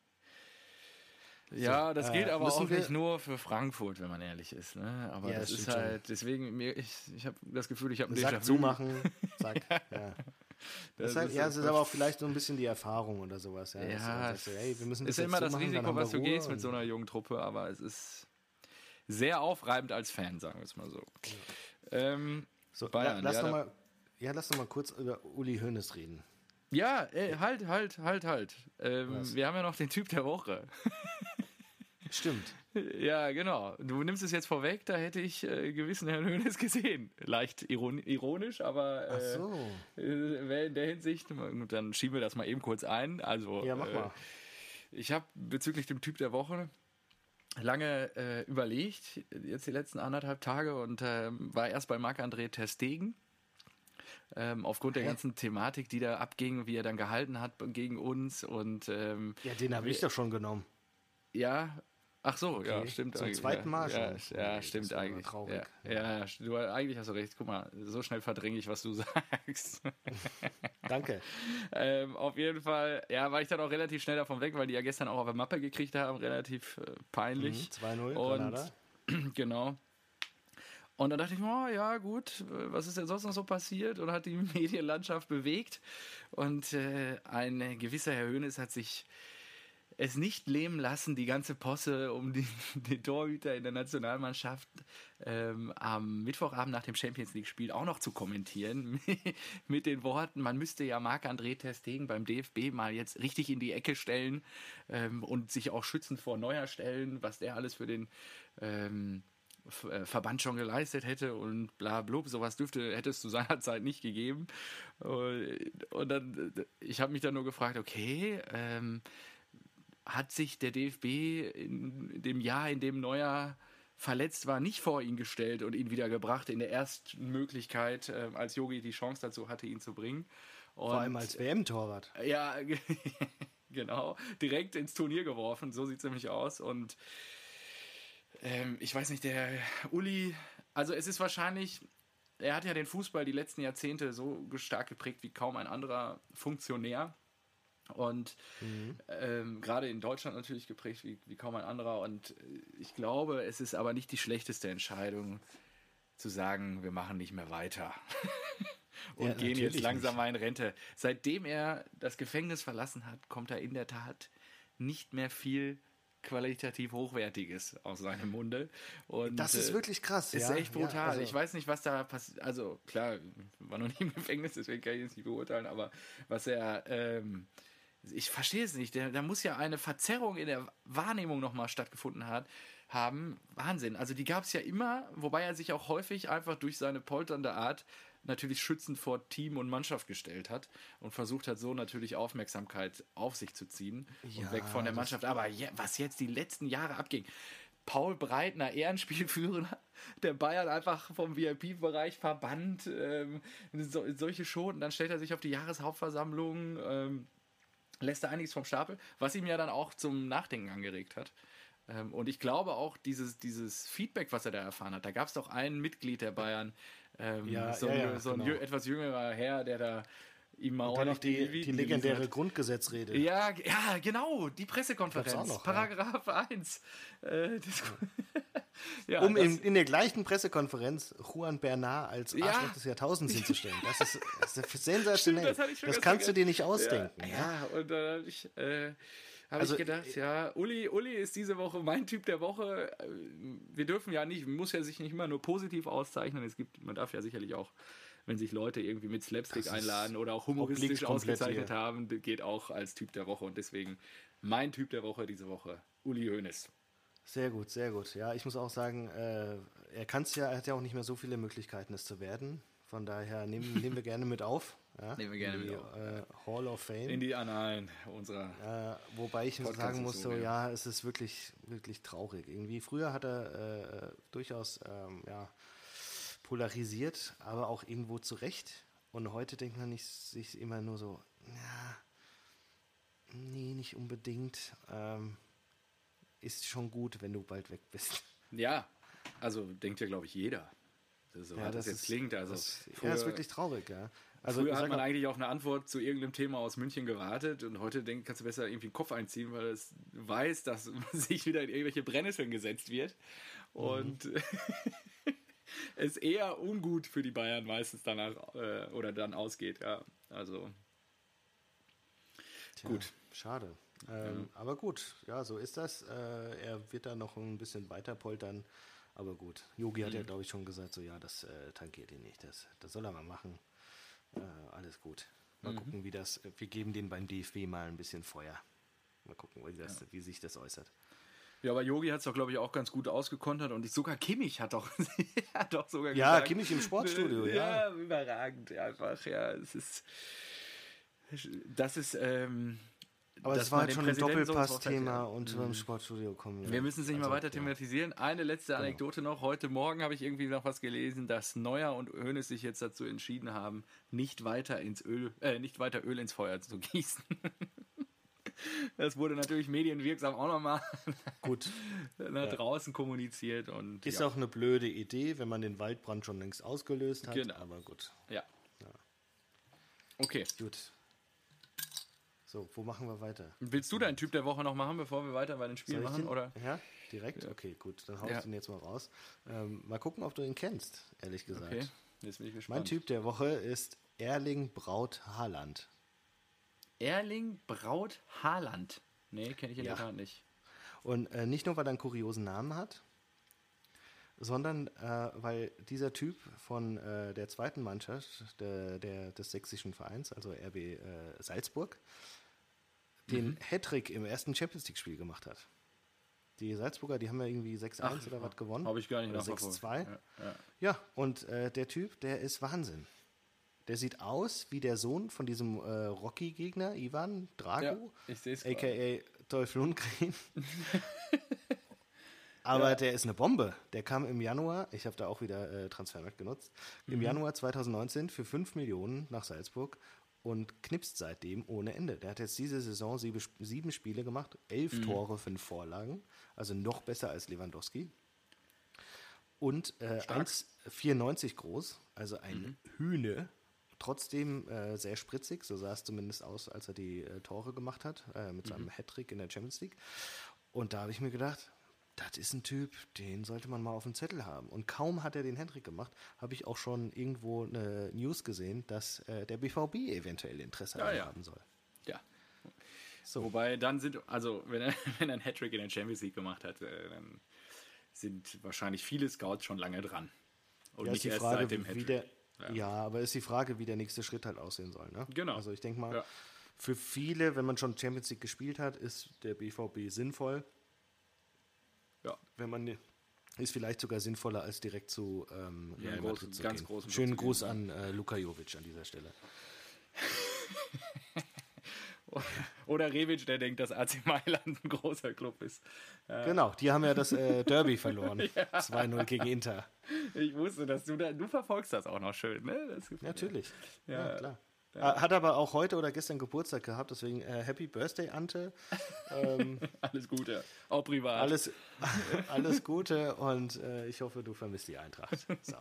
Ja, das gilt aber müssen auch wir- nicht nur für Frankfurt, wenn man ehrlich ist. Ne? Aber Ja, das das ist stimmt halt, deswegen, ich habe das Gefühl, ich habe ein Sack Déjà-vu. zumachen, zack. Ja. Das ist halt, ist ja, es ist aber auch vielleicht so ein bisschen die Erfahrung oder sowas. Ja, dass du Ja, dann sagst, hey, wir müssen ist das ja jetzt immer das zumachen, dann Risiko, haben wir was du Ruhe gehst mit und- so einer jungen Truppe, aber es ist sehr aufreibend als Fan, sagen wir es mal so. So, Bayern, lass ja, noch mal kurz über Uli Hoeneß reden. Ja, halt. Wir haben ja noch den Typ der Woche. Stimmt. Ja, genau. Du nimmst es jetzt vorweg, da hätte ich gewissen Herrn Hoeneß gesehen. Leicht ironisch, aber Ach so. in der Hinsicht, dann schieben wir das mal eben kurz ein. Also, Ja, mach mal. ich habe bezüglich dem Typ der Woche lange überlegt, jetzt die letzten 1,5 Tage und war erst bei Marc-André ter Stegen. Aufgrund der ganzen Thematik, die da abging, wie er dann gehalten hat gegen uns und Ja, den habe ich doch schon genommen. ja, ach so, Okay. ja, stimmt Zum eigentlich. zweiten Mal ja, schon. Ja, Nee, stimmt das ist aber eigentlich. traurig. Eigentlich hast du recht. Guck mal, so schnell verdränge ich, was du sagst. Danke. Auf jeden Fall, ja, war ich dann auch relativ schnell davon weg, weil die ja gestern auch auf der Mappe gekriegt haben, relativ peinlich. 2-0, Und Granada. genau. Und dann dachte ich, oh ja, gut, was ist denn sonst noch so passiert? Und hat die Medienlandschaft bewegt. Und ein gewisser Herr Hoeneß hat sich es nicht nehmen lassen, die ganze Posse um den Torhüter in der Nationalmannschaft am Mittwochabend nach dem Champions-League-Spiel auch noch zu kommentieren. Mit den Worten, man müsste ja Marc-André ter Stegen beim DFB mal jetzt richtig in die Ecke stellen und sich auch schützend vor Neuer stellen, was der alles für den Verband schon geleistet hätte und bla blub, sowas hätte es zu seiner Zeit nicht gegeben. Und dann, ich habe mich dann nur gefragt, okay, hat sich der DFB in dem Jahr, in dem Neuer verletzt war, nicht vor ihn gestellt und ihn wieder gebracht in der ersten Möglichkeit, als Jogi die Chance dazu hatte, ihn zu bringen. Und, Vor allem als WM-Torwart. Ja, genau, direkt ins Turnier geworfen, so sieht es nämlich aus. Und ich weiß nicht, der Uli, also es ist wahrscheinlich, er hat ja den Fußball die letzten Jahrzehnte so stark geprägt wie kaum ein anderer Funktionär. Und gerade in Deutschland natürlich geprägt wie kaum ein anderer. Und ich glaube, es ist aber nicht die schlechteste Entscheidung, zu sagen, wir machen nicht mehr weiter und gehen jetzt langsam mal in Rente. Seitdem er das Gefängnis verlassen hat, kommt er in der Tat nicht mehr viel qualitativ Hochwertiges aus seinem Munde. Und das ist wirklich krass. Ist echt brutal. Ja, also ich weiß nicht, was da passiert. Also klar, war noch nie im Gefängnis, deswegen kann ich es nicht beurteilen, aber was er... ich verstehe es nicht. Da muss ja eine Verzerrung in der Wahrnehmung nochmal stattgefunden haben. Wahnsinn. Also die gab es ja immer, wobei er sich auch häufig einfach durch seine polternde Art natürlich schützend vor Team und Mannschaft gestellt hat und versucht hat, so natürlich Aufmerksamkeit auf sich zu ziehen und weg von der Mannschaft. Aber was jetzt die letzten Jahre abging, Paul Breitner, Ehrenspielführer der Bayern, einfach vom VIP-Bereich verbannt, solche Schoten, dann stellt er sich auf die Jahreshauptversammlung, lässt er einiges vom Stapel, was ihm ja dann auch zum Nachdenken angeregt hat. Und ich glaube auch, dieses Feedback, was er da erfahren hat, da gab es doch ein Mitglied der Bayern, ein etwas jüngerer Herr, der da ihm mal und dann noch die legendäre Grundgesetzrede. Ja, genau, die Pressekonferenz, noch, Paragraph 1. Ja, in der gleichen Pressekonferenz Juan Bernat als Arschloch des Jahrtausends hinzustellen. Das ist sensationell. Stimmt, das kannst du dir nicht ausdenken. Ja, und dann habe ich gedacht, Uli ist diese Woche mein Typ der Woche. Wir dürfen ja nicht, muss ja sich nicht immer nur positiv auszeichnen. Man darf ja sicherlich auch, wenn sich Leute irgendwie mit Slapstick einladen oder auch humoristisch ausgezeichnet haben, geht auch als Typ der Woche. Und deswegen mein Typ der Woche diese Woche, Uli Hoeneß. Sehr gut, sehr gut. Ja, ich muss auch sagen, er hat ja auch nicht mehr so viele Möglichkeiten, es zu werden. Von daher nehmen wir gerne mit auf. Ja, nehmen wir gerne mit auf. Hall of Fame. In die Annalen unserer. Wobei ich sagen muss, es ist wirklich, wirklich traurig. Irgendwie früher hat er durchaus polarisiert, aber auch irgendwo zu Recht. Und heute denkt man sich immer nur so, nee, nicht unbedingt. Ist schon gut, wenn du bald weg bist. Ja, also denkt ja, glaube ich, jeder. So das jetzt klingt. Also früher, ist wirklich traurig, ja. Also früher hat man eigentlich auf eine Antwort zu irgendeinem Thema aus München gewartet und heute kannst du besser irgendwie den Kopf einziehen, weil es weiß, dass sich wieder in irgendwelche Brennnesseln gesetzt wird. Und es eher ungut für die Bayern meistens danach oder dann ausgeht. Ja, also gut. Schade. Aber gut, ja, so ist das. Er wird da noch ein bisschen weiter poltern. Aber gut, Jogi hat ja, glaube ich, schon gesagt, so das tankiert ihn nicht. Das soll er mal machen. Alles gut. Mal gucken, wir geben denen beim DFB mal ein bisschen Feuer. Mal gucken, wie sich das äußert. Ja, aber Yogi hat es doch, glaube ich, auch ganz gut ausgekontert und sogar Kimmich hat doch, sogar Ja, gesagt. Kimmich im Sportstudio, ja. Ja, überragend, einfach, ja. Das ist, Aber dass es war man halt den schon ein Präsidenten so ins Doppelpass-Thema Wort fällt, und beim Sportstudio kommen. Wir müssen es nicht mal weiter ja. thematisieren. Eine letzte Anekdote noch. Heute Morgen habe ich irgendwie noch was gelesen, dass Neuer und Hoeneß sich jetzt dazu entschieden haben, nicht weiter Öl ins Feuer zu gießen. Das wurde natürlich medienwirksam auch nochmal nach draußen kommuniziert. Und, Ist auch eine blöde Idee, wenn man den Waldbrand schon längst ausgelöst hat. Genau. Aber gut. Ja. Okay. Gut. So, wo machen wir weiter? Willst du deinen Typ der Woche noch machen, bevor wir weiter bei den Spielen machen? Oder? Ja, direkt? Ja. Okay, gut. Dann hau ich den jetzt mal raus. Mal gucken, ob du ihn kennst, ehrlich gesagt. Okay, jetzt bin ich gespannt. Mein Typ der Woche ist Erling Braut Haaland. Erling Braut Haaland. Nee, kenne ich in der Tat nicht. Und nicht nur, weil er einen kuriosen Namen hat, sondern weil dieser Typ von der zweiten Mannschaft des sächsischen Vereins, also RB Salzburg, den Hattrick im ersten Champions-League-Spiel gemacht hat. Die Salzburger, die haben ja irgendwie 6-1 oder was gewonnen. Habe ich gar nicht oder nachverfolgt. 6-2. Ja, und der Typ, der ist Wahnsinn. Der sieht aus wie der Sohn von diesem Rocky-Gegner, Ivan Drago, ich sehe es a.k.a. Dolph Lundgren. Aber der ist eine Bombe. Der kam im Januar, ich habe da auch wieder Transfermarkt genutzt, im Januar 2019 für 5 Millionen nach Salzburg und knipst seitdem ohne Ende. Der hat jetzt diese Saison 7 Spiele gemacht, 11 Tore, 5 Vorlagen, also noch besser als Lewandowski. Und 1,94 groß, also ein Hühne. Trotzdem sehr spritzig, so sah es zumindest aus, als er die Tore gemacht hat, mit seinem Hattrick in der Champions League. Und da habe ich mir gedacht, das ist ein Typ, den sollte man mal auf dem Zettel haben. Und kaum hat er den Hattrick gemacht, habe ich auch schon irgendwo eine News gesehen, dass der BVB eventuell Interesse haben soll. Ja. So. Wobei dann wenn er einen Hattrick in der Champions League gemacht hat, dann sind wahrscheinlich viele Scouts schon lange dran. Und Ja, nicht ist die erst Frage, seit dem Hattrick. aber ist die Frage, wie der nächste Schritt halt aussehen soll. Ne? Genau. Also ich denke mal, für viele, wenn man schon Champions League gespielt hat, ist der BVB sinnvoll. Ja. Ist vielleicht sogar sinnvoller, als direkt zu Real Madrid zu ganz gehen. großen Schönen Schritt zu Gruß gehen, an Luka Jovic an dieser Stelle. Oder Rebic, der denkt, dass AC Mailand ein großer Club ist. Genau, die haben ja das Derby verloren. 2-0 gegen Inter. Ich wusste, dass du verfolgst das auch noch schön, ne? Natürlich. Ja, klar. Hat aber auch heute oder gestern Geburtstag gehabt, deswegen Happy Birthday, Ante. Alles Gute, auch privat. Alles Gute und ich hoffe, du vermisst die Eintracht. So.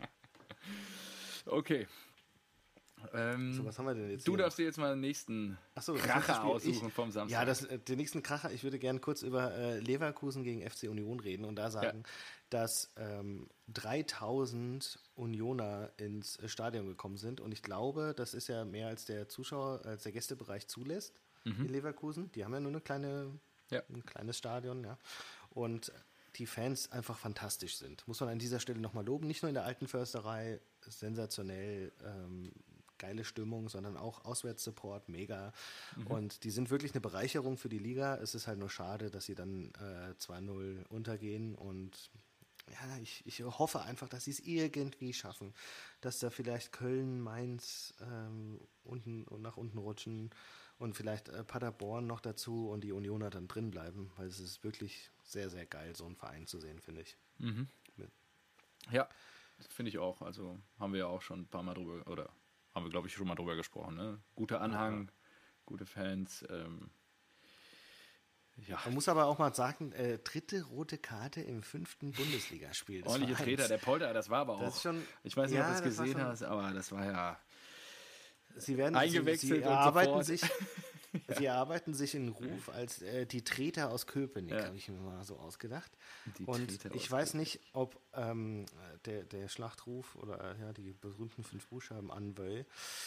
Okay. So, was haben wir denn jetzt Du hier darfst dir jetzt mal den nächsten Kracher aussuchen vom Samstag. Ja, den nächsten Kracher. Ich würde gerne kurz über Leverkusen gegen FC Union reden und da sagen, dass 3000 Unioner ins Stadion gekommen sind. Und ich glaube, das ist ja mehr als der Gästebereich zulässt in Leverkusen. Die haben ja nur ein kleines Stadion. Ja. Und die Fans einfach fantastisch sind. Muss man an dieser Stelle nochmal loben. Nicht nur in der alten Försterei, sensationell, geile Stimmung, sondern auch Auswärtssupport, mega. Und die sind wirklich eine Bereicherung für die Liga. Es ist halt nur schade, dass sie dann 2-0 untergehen. Und ja, ich hoffe einfach, dass sie es irgendwie schaffen, dass da vielleicht Köln, Mainz nach unten rutschen und vielleicht Paderborn noch dazu und die Unioner dann drin bleiben, weil es ist wirklich sehr, sehr geil, so einen Verein zu sehen, finde ich. Ja, finde ich auch. Also haben wir ja auch schon ein paar Mal drüber, oder haben wir, glaube ich, schon mal drüber gesprochen. Ne? Guter Anhang, gute Fans. Man muss aber auch mal sagen, dritte rote Karte im 5. Bundesligaspiel. Ordentliche Treter, der Polter, das war aber auch. Schon, ich weiß nicht, ob du es gesehen hast, aber das war ja. Sie werden eingewechselt Sie erarbeiten sich einen Ruf als die Treter aus Köpenick, habe ich mir mal so ausgedacht. Und ich weiß nicht, ob der Schlachtruf oder die berühmten 5 Buchstaben ANVÖ,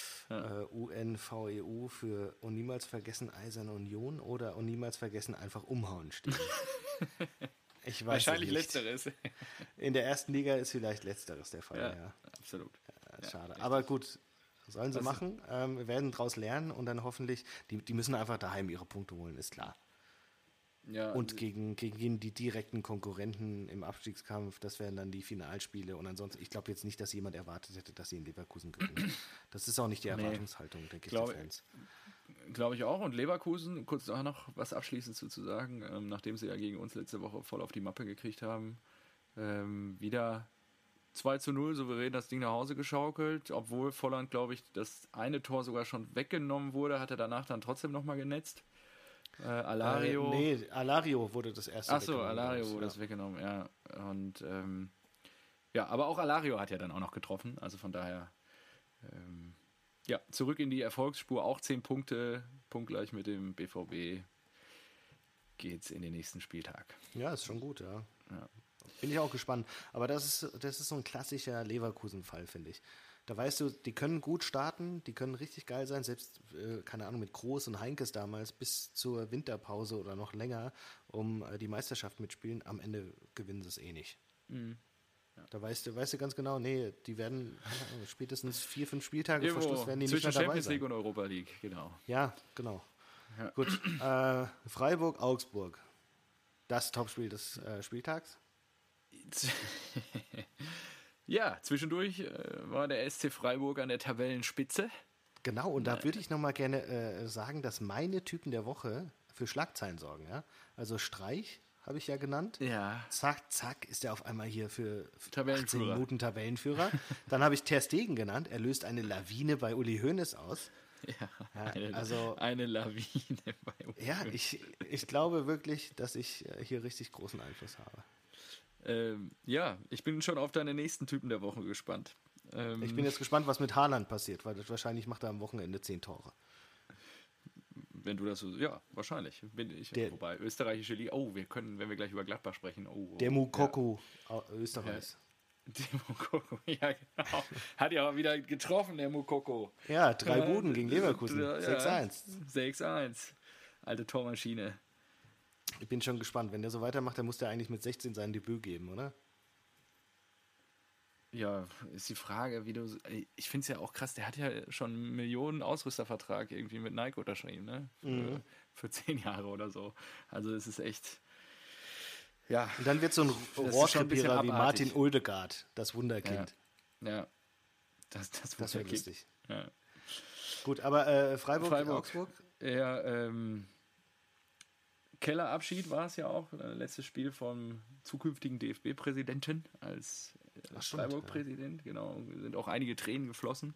UNVEU für und niemals vergessen Eiserne Union oder und niemals vergessen einfach umhauen stehen. Ich weiß wahrscheinlich nicht. Letzteres. In der ersten Liga ist vielleicht Letzteres der Fall, ja. Absolut. Schade. Aber gut, Sollen sie machen. Wir werden daraus lernen und dann hoffentlich, die müssen einfach daheim ihre Punkte holen, ist klar. Ja, Und gegen die direkten Konkurrenten im Abstiegskampf, das wären dann die Finalspiele. Und ansonsten, ich glaube jetzt nicht, dass jemand erwartet hätte, dass sie in Leverkusen gewinnen. Das ist auch nicht die Erwartungshaltung, denke ich, der Fans. Glaube ich auch. Und Leverkusen, kurz da noch was abschließend zu sagen, nachdem sie ja gegen uns letzte Woche voll auf die Mappe gekriegt haben, wieder 2:0 souverän das Ding nach Hause geschaukelt, obwohl Volland, glaube ich, das eine Tor sogar schon weggenommen wurde, hat er danach dann trotzdem nochmal genetzt. Alario. Alario wurde das erste Achso, Alario wurde das weggenommen, ja. Und ja, aber auch Alario hat ja dann auch noch getroffen, also von daher ja, zurück in die Erfolgsspur, auch 10 Punkte, punktgleich mit dem BVB geht's in den nächsten Spieltag. Ja, ist schon gut, ja. Bin ich auch gespannt. Aber das ist so ein klassischer Leverkusen-Fall, finde ich. Da weißt du, die können gut starten, die können richtig geil sein, selbst, keine Ahnung, mit Groß und Heinkes damals bis zur Winterpause oder noch länger die Meisterschaft mitspielen. Am Ende gewinnen sie es eh nicht. Mhm. Ja. Da weißt du ganz genau, nee, die werden spätestens 4-5 Spieltage vor Irgendwo Schluss werden die zwischen nicht mehr dabei Champions sein. League und Europa League, genau. Ja, genau. Ja. Gut, Freiburg, Augsburg. Das Topspiel des Spieltags. Ja, zwischendurch war der SC Freiburg an der Tabellenspitze. Genau, und da würde ich nochmal gerne sagen, dass meine Typen der Woche für Schlagzeilen sorgen. Ja? Also Streich habe ich ja genannt. Ja. Zack, zack, ist er auf einmal hier für 18 Tabellenführer. Minuten Tabellenführer. Dann habe ich Ter Stegen genannt. Er löst eine Lawine bei Uli Hoeneß aus. Ja, eine Lawine bei Uli Ja, ich glaube wirklich, dass ich hier richtig großen Einfluss habe. Ja, ich bin schon auf deine nächsten Typen der Woche gespannt. Ich bin jetzt gespannt, was mit Haaland passiert, weil das wahrscheinlich macht er am Wochenende 10 Tore. Wenn du das so, ja, wahrscheinlich. Wobei, österreichische Liga, wir können, wenn wir gleich über Gladbach sprechen, der Mukoko Österreichs. Der Mukoko, ja genau. Hat ja auch wieder getroffen, der Mukoko. Ja, 3 Buden gegen Leverkusen. Ja, 6-1. 6-1. Alte Tormaschine. Ich bin schon gespannt. Wenn der so weitermacht, dann muss der eigentlich mit 16 sein Debüt geben, oder? Ja, ist die Frage, ich finde es ja auch krass, der hat ja schon einen Millionen Ausrüstervertrag irgendwie mit Nike unterschrieben, ne? Für 10 Jahre oder so. Also es ist echt, ja. Und dann wird so ein Rohrkrepierer wie Martin Uldegaard, das Wunderkind. Ja. Das wäre lustig. Ja. Gut, aber Freiburg, Augsburg? Ja, Kellerabschied war es ja auch, letztes Spiel vom zukünftigen DFB-Präsidenten als Freiburg-Präsident, genau, sind auch einige Tränen geflossen,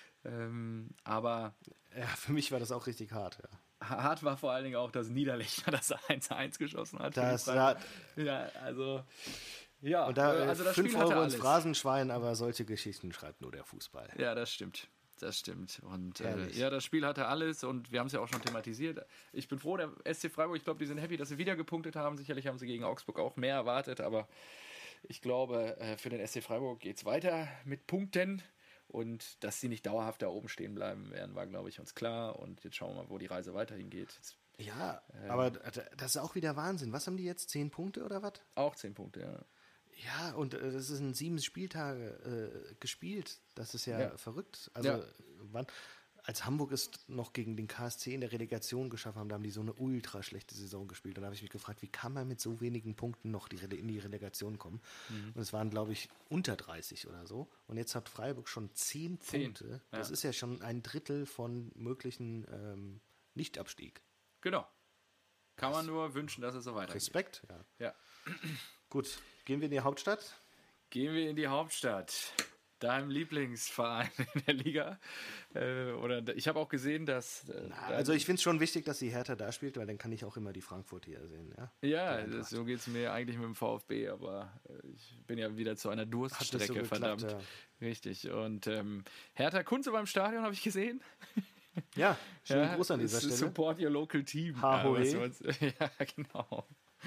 aber ja, für mich war das auch richtig hart, ja. Hart war vor allen Dingen auch, dass Niederlechner das 1-1 geschossen hat. Ja, also ja, und da, also das 5 Spiel hatte Euro alles. ins Phrasenschwein, aber solche Geschichten schreibt nur der Fußball. Ja, das stimmt. Und ja, das Spiel hatte alles und wir haben es ja auch schon thematisiert. Ich bin froh, der SC Freiburg, ich glaube, die sind happy, dass sie wieder gepunktet haben. Sicherlich haben sie gegen Augsburg auch mehr erwartet, aber ich glaube, für den SC Freiburg geht es weiter mit Punkten und dass sie nicht dauerhaft da oben stehen bleiben werden, war, glaube ich, uns klar. Und jetzt schauen wir mal, wo die Reise weiterhin geht. Ja, aber das ist auch wieder Wahnsinn. Was haben die jetzt? 10 Punkte oder was? Auch 10 Punkte, ja. Ja, und das ist in 7 Spieltage gespielt. Das ist ja verrückt. Also, als Hamburg es noch gegen den KSC in der Relegation geschafft haben, da haben die so eine ultra schlechte Saison gespielt. Und da habe ich mich gefragt, wie kann man mit so wenigen Punkten noch in die Relegation kommen? Und es waren, glaube ich, unter 30 oder so. Und jetzt hat Freiburg schon 10 Punkte. Das ist ja schon ein Drittel von möglichen Nichtabstieg. Genau. Kann man nur wünschen, dass es so weitergeht. Respekt, ja. Gut, gehen wir in die Hauptstadt? Gehen wir in die Hauptstadt. Deinem Lieblingsverein in der Liga. Ich habe auch gesehen, dass... also ich finde es schon wichtig, dass die Hertha da spielt, weil dann kann ich auch immer die Frankfurt hier sehen. Ja, so geht es mir eigentlich mit dem VfB, aber ich bin ja wieder zu einer Durststrecke, so verdammt. Ja. Richtig. Und Hertha Kunze beim Stadion habe ich gesehen. Ja, schönen Gruß an dieser Stelle. Support your local team. Ja, genau.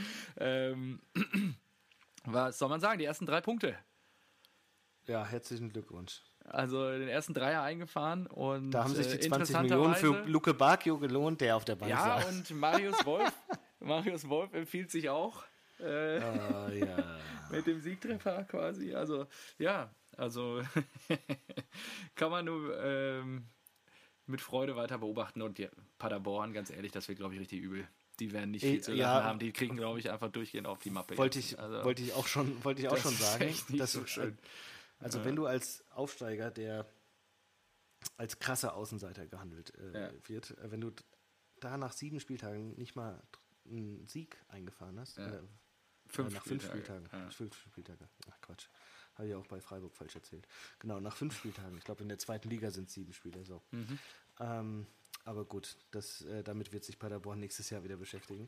Was soll man sagen? Die ersten 3 Punkte. Ja, herzlichen Glückwunsch. Also den ersten Dreier eingefahren und da haben sich die 20 Millionen für Luke Bacchio gelohnt, der auf der Bank saß. Ja, und Marius Wolf empfiehlt sich auch ja. mit dem Siegtreffer quasi. Also ja, Also kann man nur mit Freude weiter beobachten. Und die Paderborn, ganz ehrlich, das wird, glaube ich, richtig übel. Die werden nicht viel zu lachen haben. Die kriegen, glaube ich, einfach durchgehend auf die Mappe. Wollte ich auch schon sagen. Echt nicht so schön. Also wenn du als Aufsteiger, der als krasser Außenseiter gehandelt wird, wenn du da nach 7 Spieltagen nicht mal einen Sieg eingefahren hast, nach 5 Spieltagen. Ja. 5 Spieltage. Ach Quatsch. Habe ich auch bei Freiburg falsch erzählt. Genau, nach 5 Spieltagen. Ich glaube, in der 2. Liga sind es 7 Spiele. So. Aber gut, damit wird sich Paderborn nächstes Jahr wieder beschäftigen.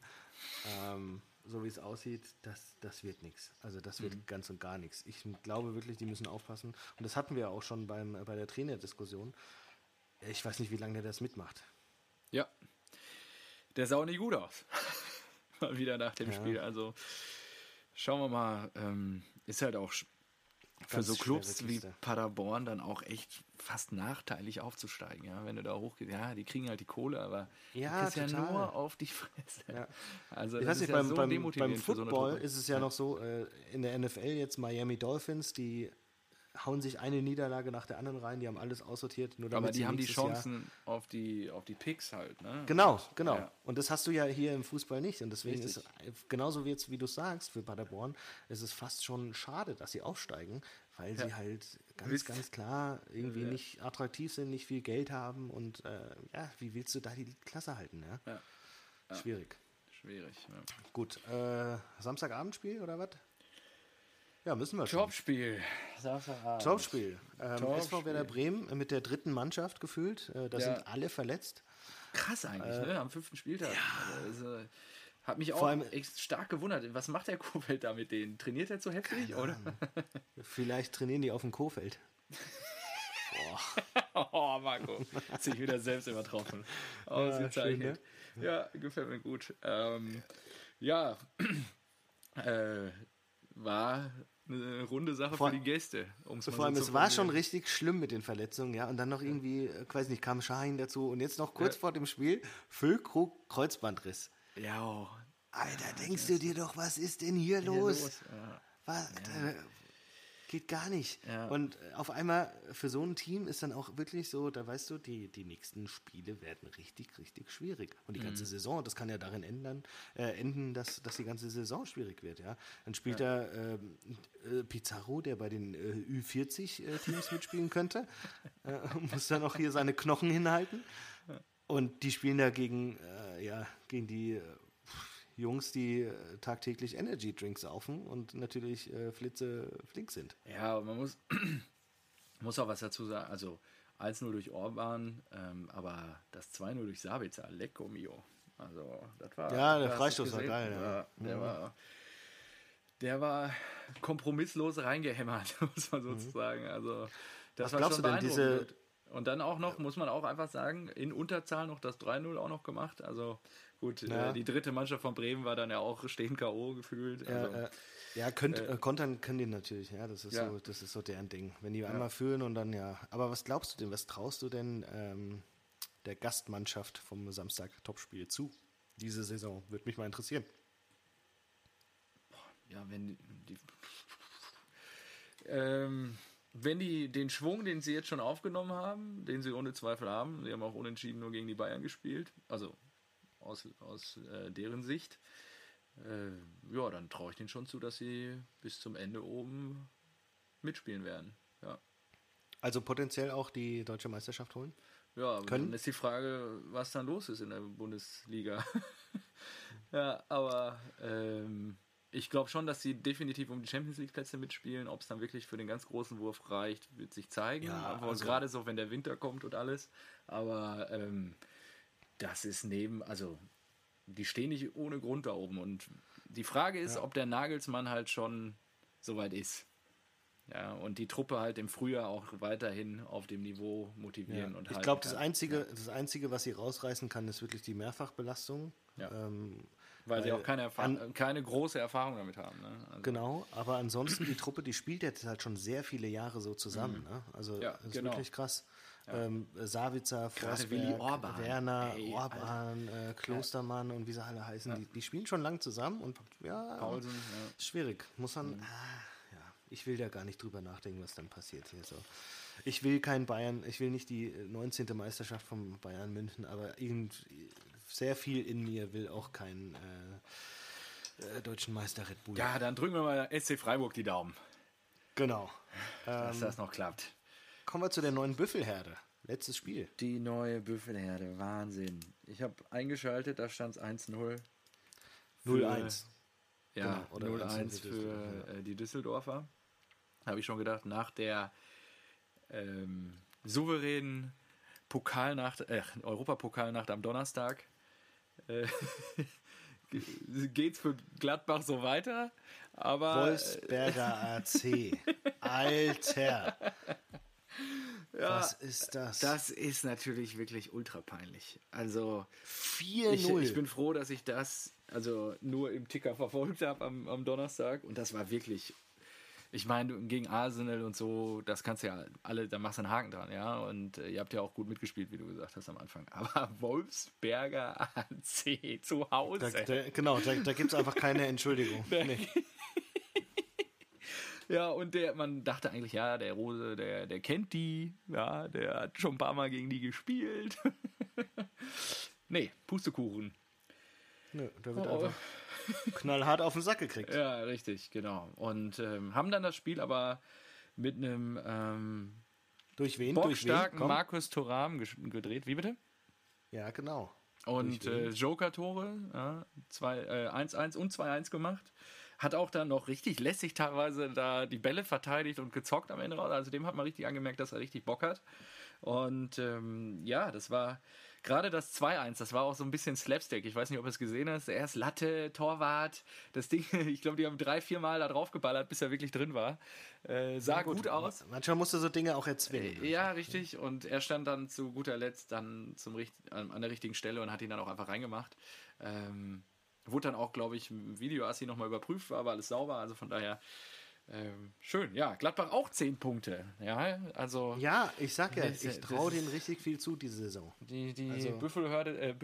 So wie es aussieht, das wird nichts. Also das wird ganz und gar nichts. Ich glaube wirklich, die müssen aufpassen. Und das hatten wir auch schon bei der Trainerdiskussion. Ich weiß nicht, wie lange der das mitmacht. Ja. Der sah auch nicht gut aus. Mal wieder nach dem Spiel. Also schauen wir mal. Ist halt auch für so Clubs wie Paderborn dann auch echt fast nachteilig aufzusteigen, ja, wenn du da hochgehst. Ja, die kriegen halt die Kohle, aber du kriegst ja nur auf die Fresse. Ja. Also ich weiß nicht, beim Football ist es ja noch so, in der NFL jetzt Miami Dolphins, die hauen sich eine Niederlage nach der anderen rein, die haben alles aussortiert. Nur damit aber die haben die Chancen auf die Picks halt. Ne? Genau. Ja. Und das hast du ja hier im Fußball nicht. Und deswegen ist genauso wie jetzt, wie du sagst, für Paderborn, ist es fast schon schade, dass sie aufsteigen, weil sie halt ganz klar irgendwie nicht attraktiv sind, nicht viel Geld haben. Und wie willst du da die Klasse halten? Ja? Ja. Schwierig. Ja. Gut, Samstagabendspiel oder was? Ja, müssen wir schon. Topspiel. Topspiel. SV Werder Bremen mit der 3. Mannschaft gefühlt. Da sind alle verletzt. Krass eigentlich, ne? Am 5. Spieltag. Ja. Also, hat mich auch echt stark gewundert. Was macht der Kofeld da mit denen? Trainiert er zu heftig, oder? Vielleicht trainieren die auf dem Kofeld. Oh, Marco. Hat sich wieder selbst übertroffen. Ausgezeichnet. Schön, ne? Ja, gefällt mir gut. War eine runde Sache für die Gäste. Vor allem, es war schon richtig schlimm mit den Verletzungen, ja. Und dann noch irgendwie, kam Schahin dazu. Und jetzt noch kurz vor dem Spiel, Füllkrug, Kreuzbandriss. Ja. Alter, denkst du dir doch, was ist denn hier los? Ja. Was? Geht gar nicht. Ja. Und auf einmal für so ein Team ist dann auch wirklich so, da weißt du, die nächsten Spiele werden richtig, richtig schwierig. Und die ganze Saison, das kann ja darin enden, dass die ganze Saison schwierig wird. Ja? Dann spielt da Pizarro, der bei den Ü40-Teams mitspielen könnte, muss dann auch hier seine Knochen hinhalten. Und die spielen da gegen die Jungs, die tagtäglich Energy Drinks saufen und natürlich flink sind. Ja, man muss auch was dazu sagen. Also 1-0 durch Orban, aber das 2-0 durch Sabitzer, lecco mio. Also das war... Ja, der Freistoß war geil. Ja. Der war kompromisslos reingehämmert, muss man sozusagen. Also das was war schon beeindruckend. Denn und dann auch noch, muss man auch einfach sagen, in Unterzahl noch das 3-0 auch noch gemacht. Also gut, die 3. Mannschaft von Bremen war dann ja auch stehen K.O. gefühlt. Also, kontern können die natürlich, ja, das ist so deren Ding. Wenn die einmal fühlen und dann Aber was glaubst du denn, was traust du denn der Gastmannschaft vom Samstag-Topspiel zu? Diese Saison, würde mich mal interessieren. Ja, wenn die den Schwung, den sie jetzt schon aufgenommen haben, den sie ohne Zweifel haben, sie haben auch unentschieden nur gegen die Bayern gespielt, also aus deren Sicht, dann traue ich denen schon zu, dass sie bis zum Ende oben mitspielen werden. Ja. Also potenziell auch die deutsche Meisterschaft holen? Ja, dann ist die Frage, was dann los ist in der Bundesliga. Ja, aber ich glaube schon, dass sie definitiv um die Champions-League-Plätze mitspielen. Ob es dann wirklich für den ganz großen Wurf reicht, wird sich zeigen. Ja, gerade so, wenn der Winter kommt und alles. Aber das ist die stehen nicht ohne Grund da oben. Und die Frage ist, ob der Nagelsmann halt schon soweit ist. Ja, und die Truppe halt im Frühjahr auch weiterhin auf dem Niveau motivieren und halten. Ich glaube, das Einzige, was sie rausreißen kann, ist wirklich die Mehrfachbelastung. Ja. Weil sie auch keine große Erfahrung damit haben. Ne? Also genau, aber ansonsten die Truppe, die spielt jetzt halt schon sehr viele Jahre so zusammen. Ne? Also das ist wirklich krass. Ja. Sabitzer, Forsberg, Werner, Orban, Klostermann und wie sie alle heißen, die spielen schon lang zusammen und Paulsen, schwierig. Muss man... ich will da gar nicht drüber nachdenken, was dann passiert hier so. Ich will kein Bayern, ich will nicht die 19. Meisterschaft vom Bayern München, aber sehr viel in mir will auch keinen deutschen Meister Red Bull. Ja, dann drücken wir mal SC Freiburg die Daumen, Genau. dass das noch klappt. Kommen wir zu der neuen Büffelherde. Letztes Spiel. Die neue Büffelherde, Wahnsinn. Ich habe eingeschaltet, da stand es 1-0. 0-1. Ja, Genau, oder 0-1 für die Düsseldorfer. Habe ich schon gedacht, nach der souveränen Europapokalnacht am Donnerstag geht's für Gladbach so weiter. Aber Wolfsberger AC. Alter. Ja, was ist das? Das ist natürlich wirklich ultra peinlich. Also 4-0. Ich bin froh, dass ich das nur im Ticker verfolgt habe am Donnerstag. Und das war wirklich, ich meine, gegen Arsenal und so, das kannst du ja alle, da machst du einen Haken dran, ja. Und ihr habt ja auch gut mitgespielt, wie du gesagt hast am Anfang. Aber Wolfsberger AC zu Hause. Da gibt es einfach keine Entschuldigung. Nee. Ja, und man dachte eigentlich, ja, der Rose, der kennt die, ja, der hat schon ein paar Mal gegen die gespielt. Nee, Pustekuchen. Nö, da wird einfach knallhart auf den Sack gekriegt. Ja, richtig, genau. Und haben dann das Spiel aber mit einem durch wen? bockstarken Markus Thuram gedreht. Wie bitte? Ja, genau. Und Joker-Tore, ja, 1-1 und 2-1 gemacht. Hat auch dann noch richtig lässig teilweise da die Bälle verteidigt und gezockt am Ende raus. Also dem hat man richtig angemerkt, dass er richtig Bock hat. Und ja, das war gerade das 2-1, das war auch so ein bisschen Slapstick. Ich weiß nicht, ob du es gesehen hast. Erst Latte, Torwart, das Ding, ich glaube, die haben 3-4 Mal da drauf geballert, bis er wirklich drin war. Sah gut aus. Manchmal musst du so Dinge auch erzwingen. Ja, richtig. Und er stand dann zu guter Letzt dann an der richtigen Stelle und hat ihn dann auch einfach reingemacht. Wurde dann auch, glaube ich, im Videoassi nochmal überprüft, war aber alles sauber, also von daher schön. Ja, Gladbach auch 10 Punkte. Ja, also. Ja, ich sag ja, ich traue denen richtig viel zu diese Saison. Die Büffelherde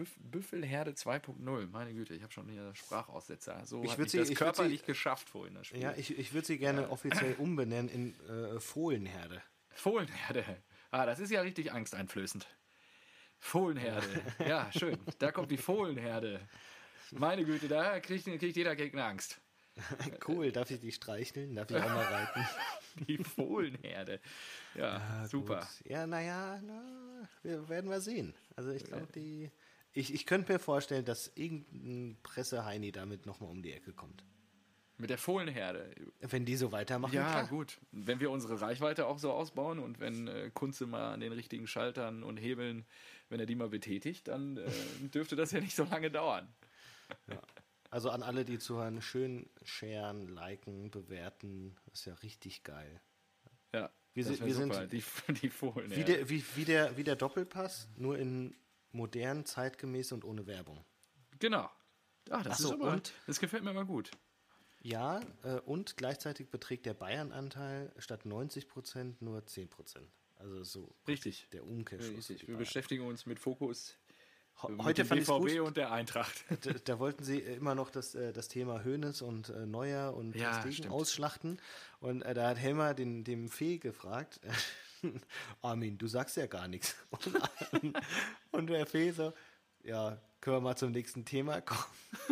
2.0, meine Güte, ich habe schon hier Sprachaussetzer. So habe ich das körperlich geschafft vorhin, das Spiel. Ja, ich würde sie gerne offiziell umbenennen in Fohlenherde. Fohlenherde. Ah, das ist ja richtig angsteinflößend. Fohlenherde. Ja, schön. Da kommt die Fohlenherde. Meine Güte, da kriegt jeder Gegner Angst. Cool, darf ich die streicheln? Darf ich auch mal reiten? Die Fohlenherde. Ja, super. Gut. Ja, werden wir sehen. Also ich glaube, ich könnte mir vorstellen, dass irgendein Presseheini damit nochmal um die Ecke kommt. Mit der Fohlenherde. Wenn die so weitermachen, ja, klar. Gut. Wenn wir unsere Reichweite auch so ausbauen und wenn Kunze mal an den richtigen Schaltern und Hebeln, wenn er die mal betätigt, dann dürfte das ja nicht so lange dauern. Ja. Also an alle, die zuhören, schön sharen, liken, bewerten. Das ist ja richtig geil. Ja, wir sind super. Die Fohlen. Wie der Doppelpass, nur in modern, zeitgemäß und ohne Werbung. Genau. Das gefällt mir mal gut. Ja, und gleichzeitig beträgt der Bayern-Anteil statt 90% nur 10%. Also so richtig. Der Umkehrschluss. Richtig. Wir beschäftigen uns mit Fokus heute fand ich BVB und der Eintracht. Da wollten sie immer noch das Thema Hoeneß und Neuer und Stegen ausschlachten. Und da hat Helmer dem Fee gefragt, Armin, du sagst ja gar nichts. Und der Fee so, ja, können wir mal zum nächsten Thema kommen.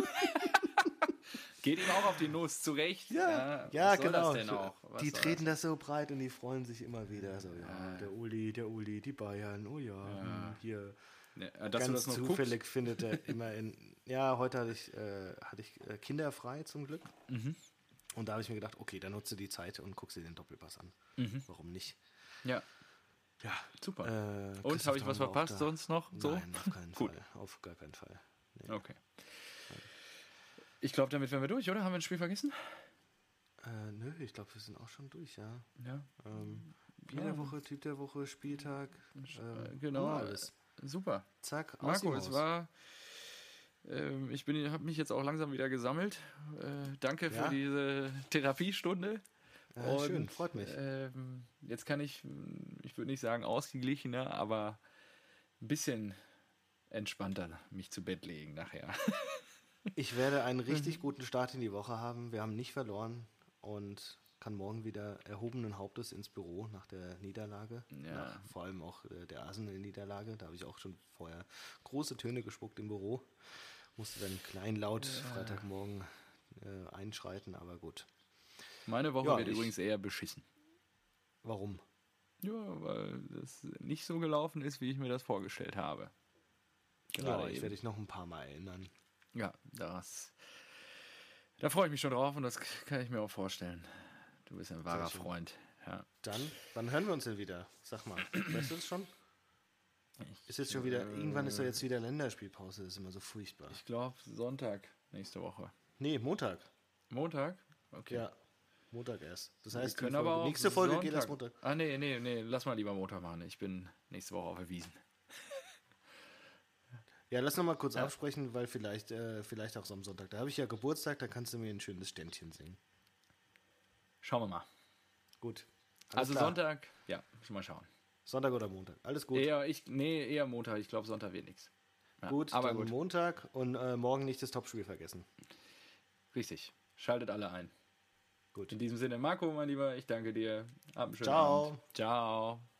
Geht ihm auch auf die Nuss, zu Recht. Ja, genau. Das denn auch? Die treten das so breit und die freuen sich immer wieder. So, der Uli, die Bayern, oh ja. Hier. Ja, ganz zufällig findet er immer heute hatte ich kinderfrei zum Glück. Mhm. Und da habe ich mir gedacht, okay, dann nutze die Zeit und guckst dir den Doppelpass an. Mhm. Warum nicht? Ja. Ja, super. Und habe ich was verpasst sonst noch? So? Nein, auf keinen Fall. Auf gar keinen Fall. Nee. Okay. Ich glaube, damit wären wir durch, oder? Haben wir ein Spiel vergessen? Nö, ich glaube, wir sind auch schon durch, ja. Bier der Woche, Typ der Woche, Spieltag. Genau. Alles. Super. Zack, Marco, es war. Habe mich jetzt auch langsam wieder gesammelt. Danke für diese Therapiestunde. Und, schön, freut mich. Jetzt kann ich würde nicht sagen ausgeglichener, aber ein bisschen entspannter mich zu Bett legen nachher. Ich werde einen richtig guten Start in die Woche haben. Wir haben nicht verloren und kann morgen wieder erhobenen Hauptes ins Büro nach der Niederlage. Ja. Vor allem auch der Arsenal-Niederlage. Da habe ich auch schon vorher große Töne gespuckt im Büro. Musste dann kleinlaut Freitagmorgen einschreiten, aber gut. Meine Woche wird übrigens eher beschissen. Warum? Ja, weil das nicht so gelaufen ist, wie ich mir das vorgestellt habe. Ja, ich werde dich noch ein paar Mal erinnern. Ja, da freue ich mich schon drauf und das kann ich mir auch vorstellen. Du bist ein wahrer Freund. Ja. Dann, wann hören wir uns denn wieder? Sag mal, weißt du das schon? Ist jetzt schon wieder, irgendwann ist doch jetzt wieder Länderspielpause, das ist immer so furchtbar. Ich glaube Sonntag nächste Woche. Nee, Montag. Montag? Okay. Ja, Montag erst. Das heißt, können aber auch nächste Folge Sonntag. geht erst Montag. Ah, nee, lass mal lieber Montag machen. Ich bin nächste Woche auf der Wiesn. Ja, lass noch mal kurz absprechen, weil vielleicht auch so am Sonntag. Da habe ich ja Geburtstag, da kannst du mir ein schönes Ständchen singen. Schauen wir mal. Gut. Also klar. Sonntag, ja, schon mal schauen. Sonntag oder Montag, alles gut. Eher Montag, ich glaube Sonntag wird nichts. Ja, gut, aber dann gut. Montag und morgen nicht das Topspiel vergessen. Richtig, schaltet alle ein. Gut. In diesem Sinne, Marco, mein Lieber, ich danke dir. Hab einen schönen Ciao. Abend. Ciao.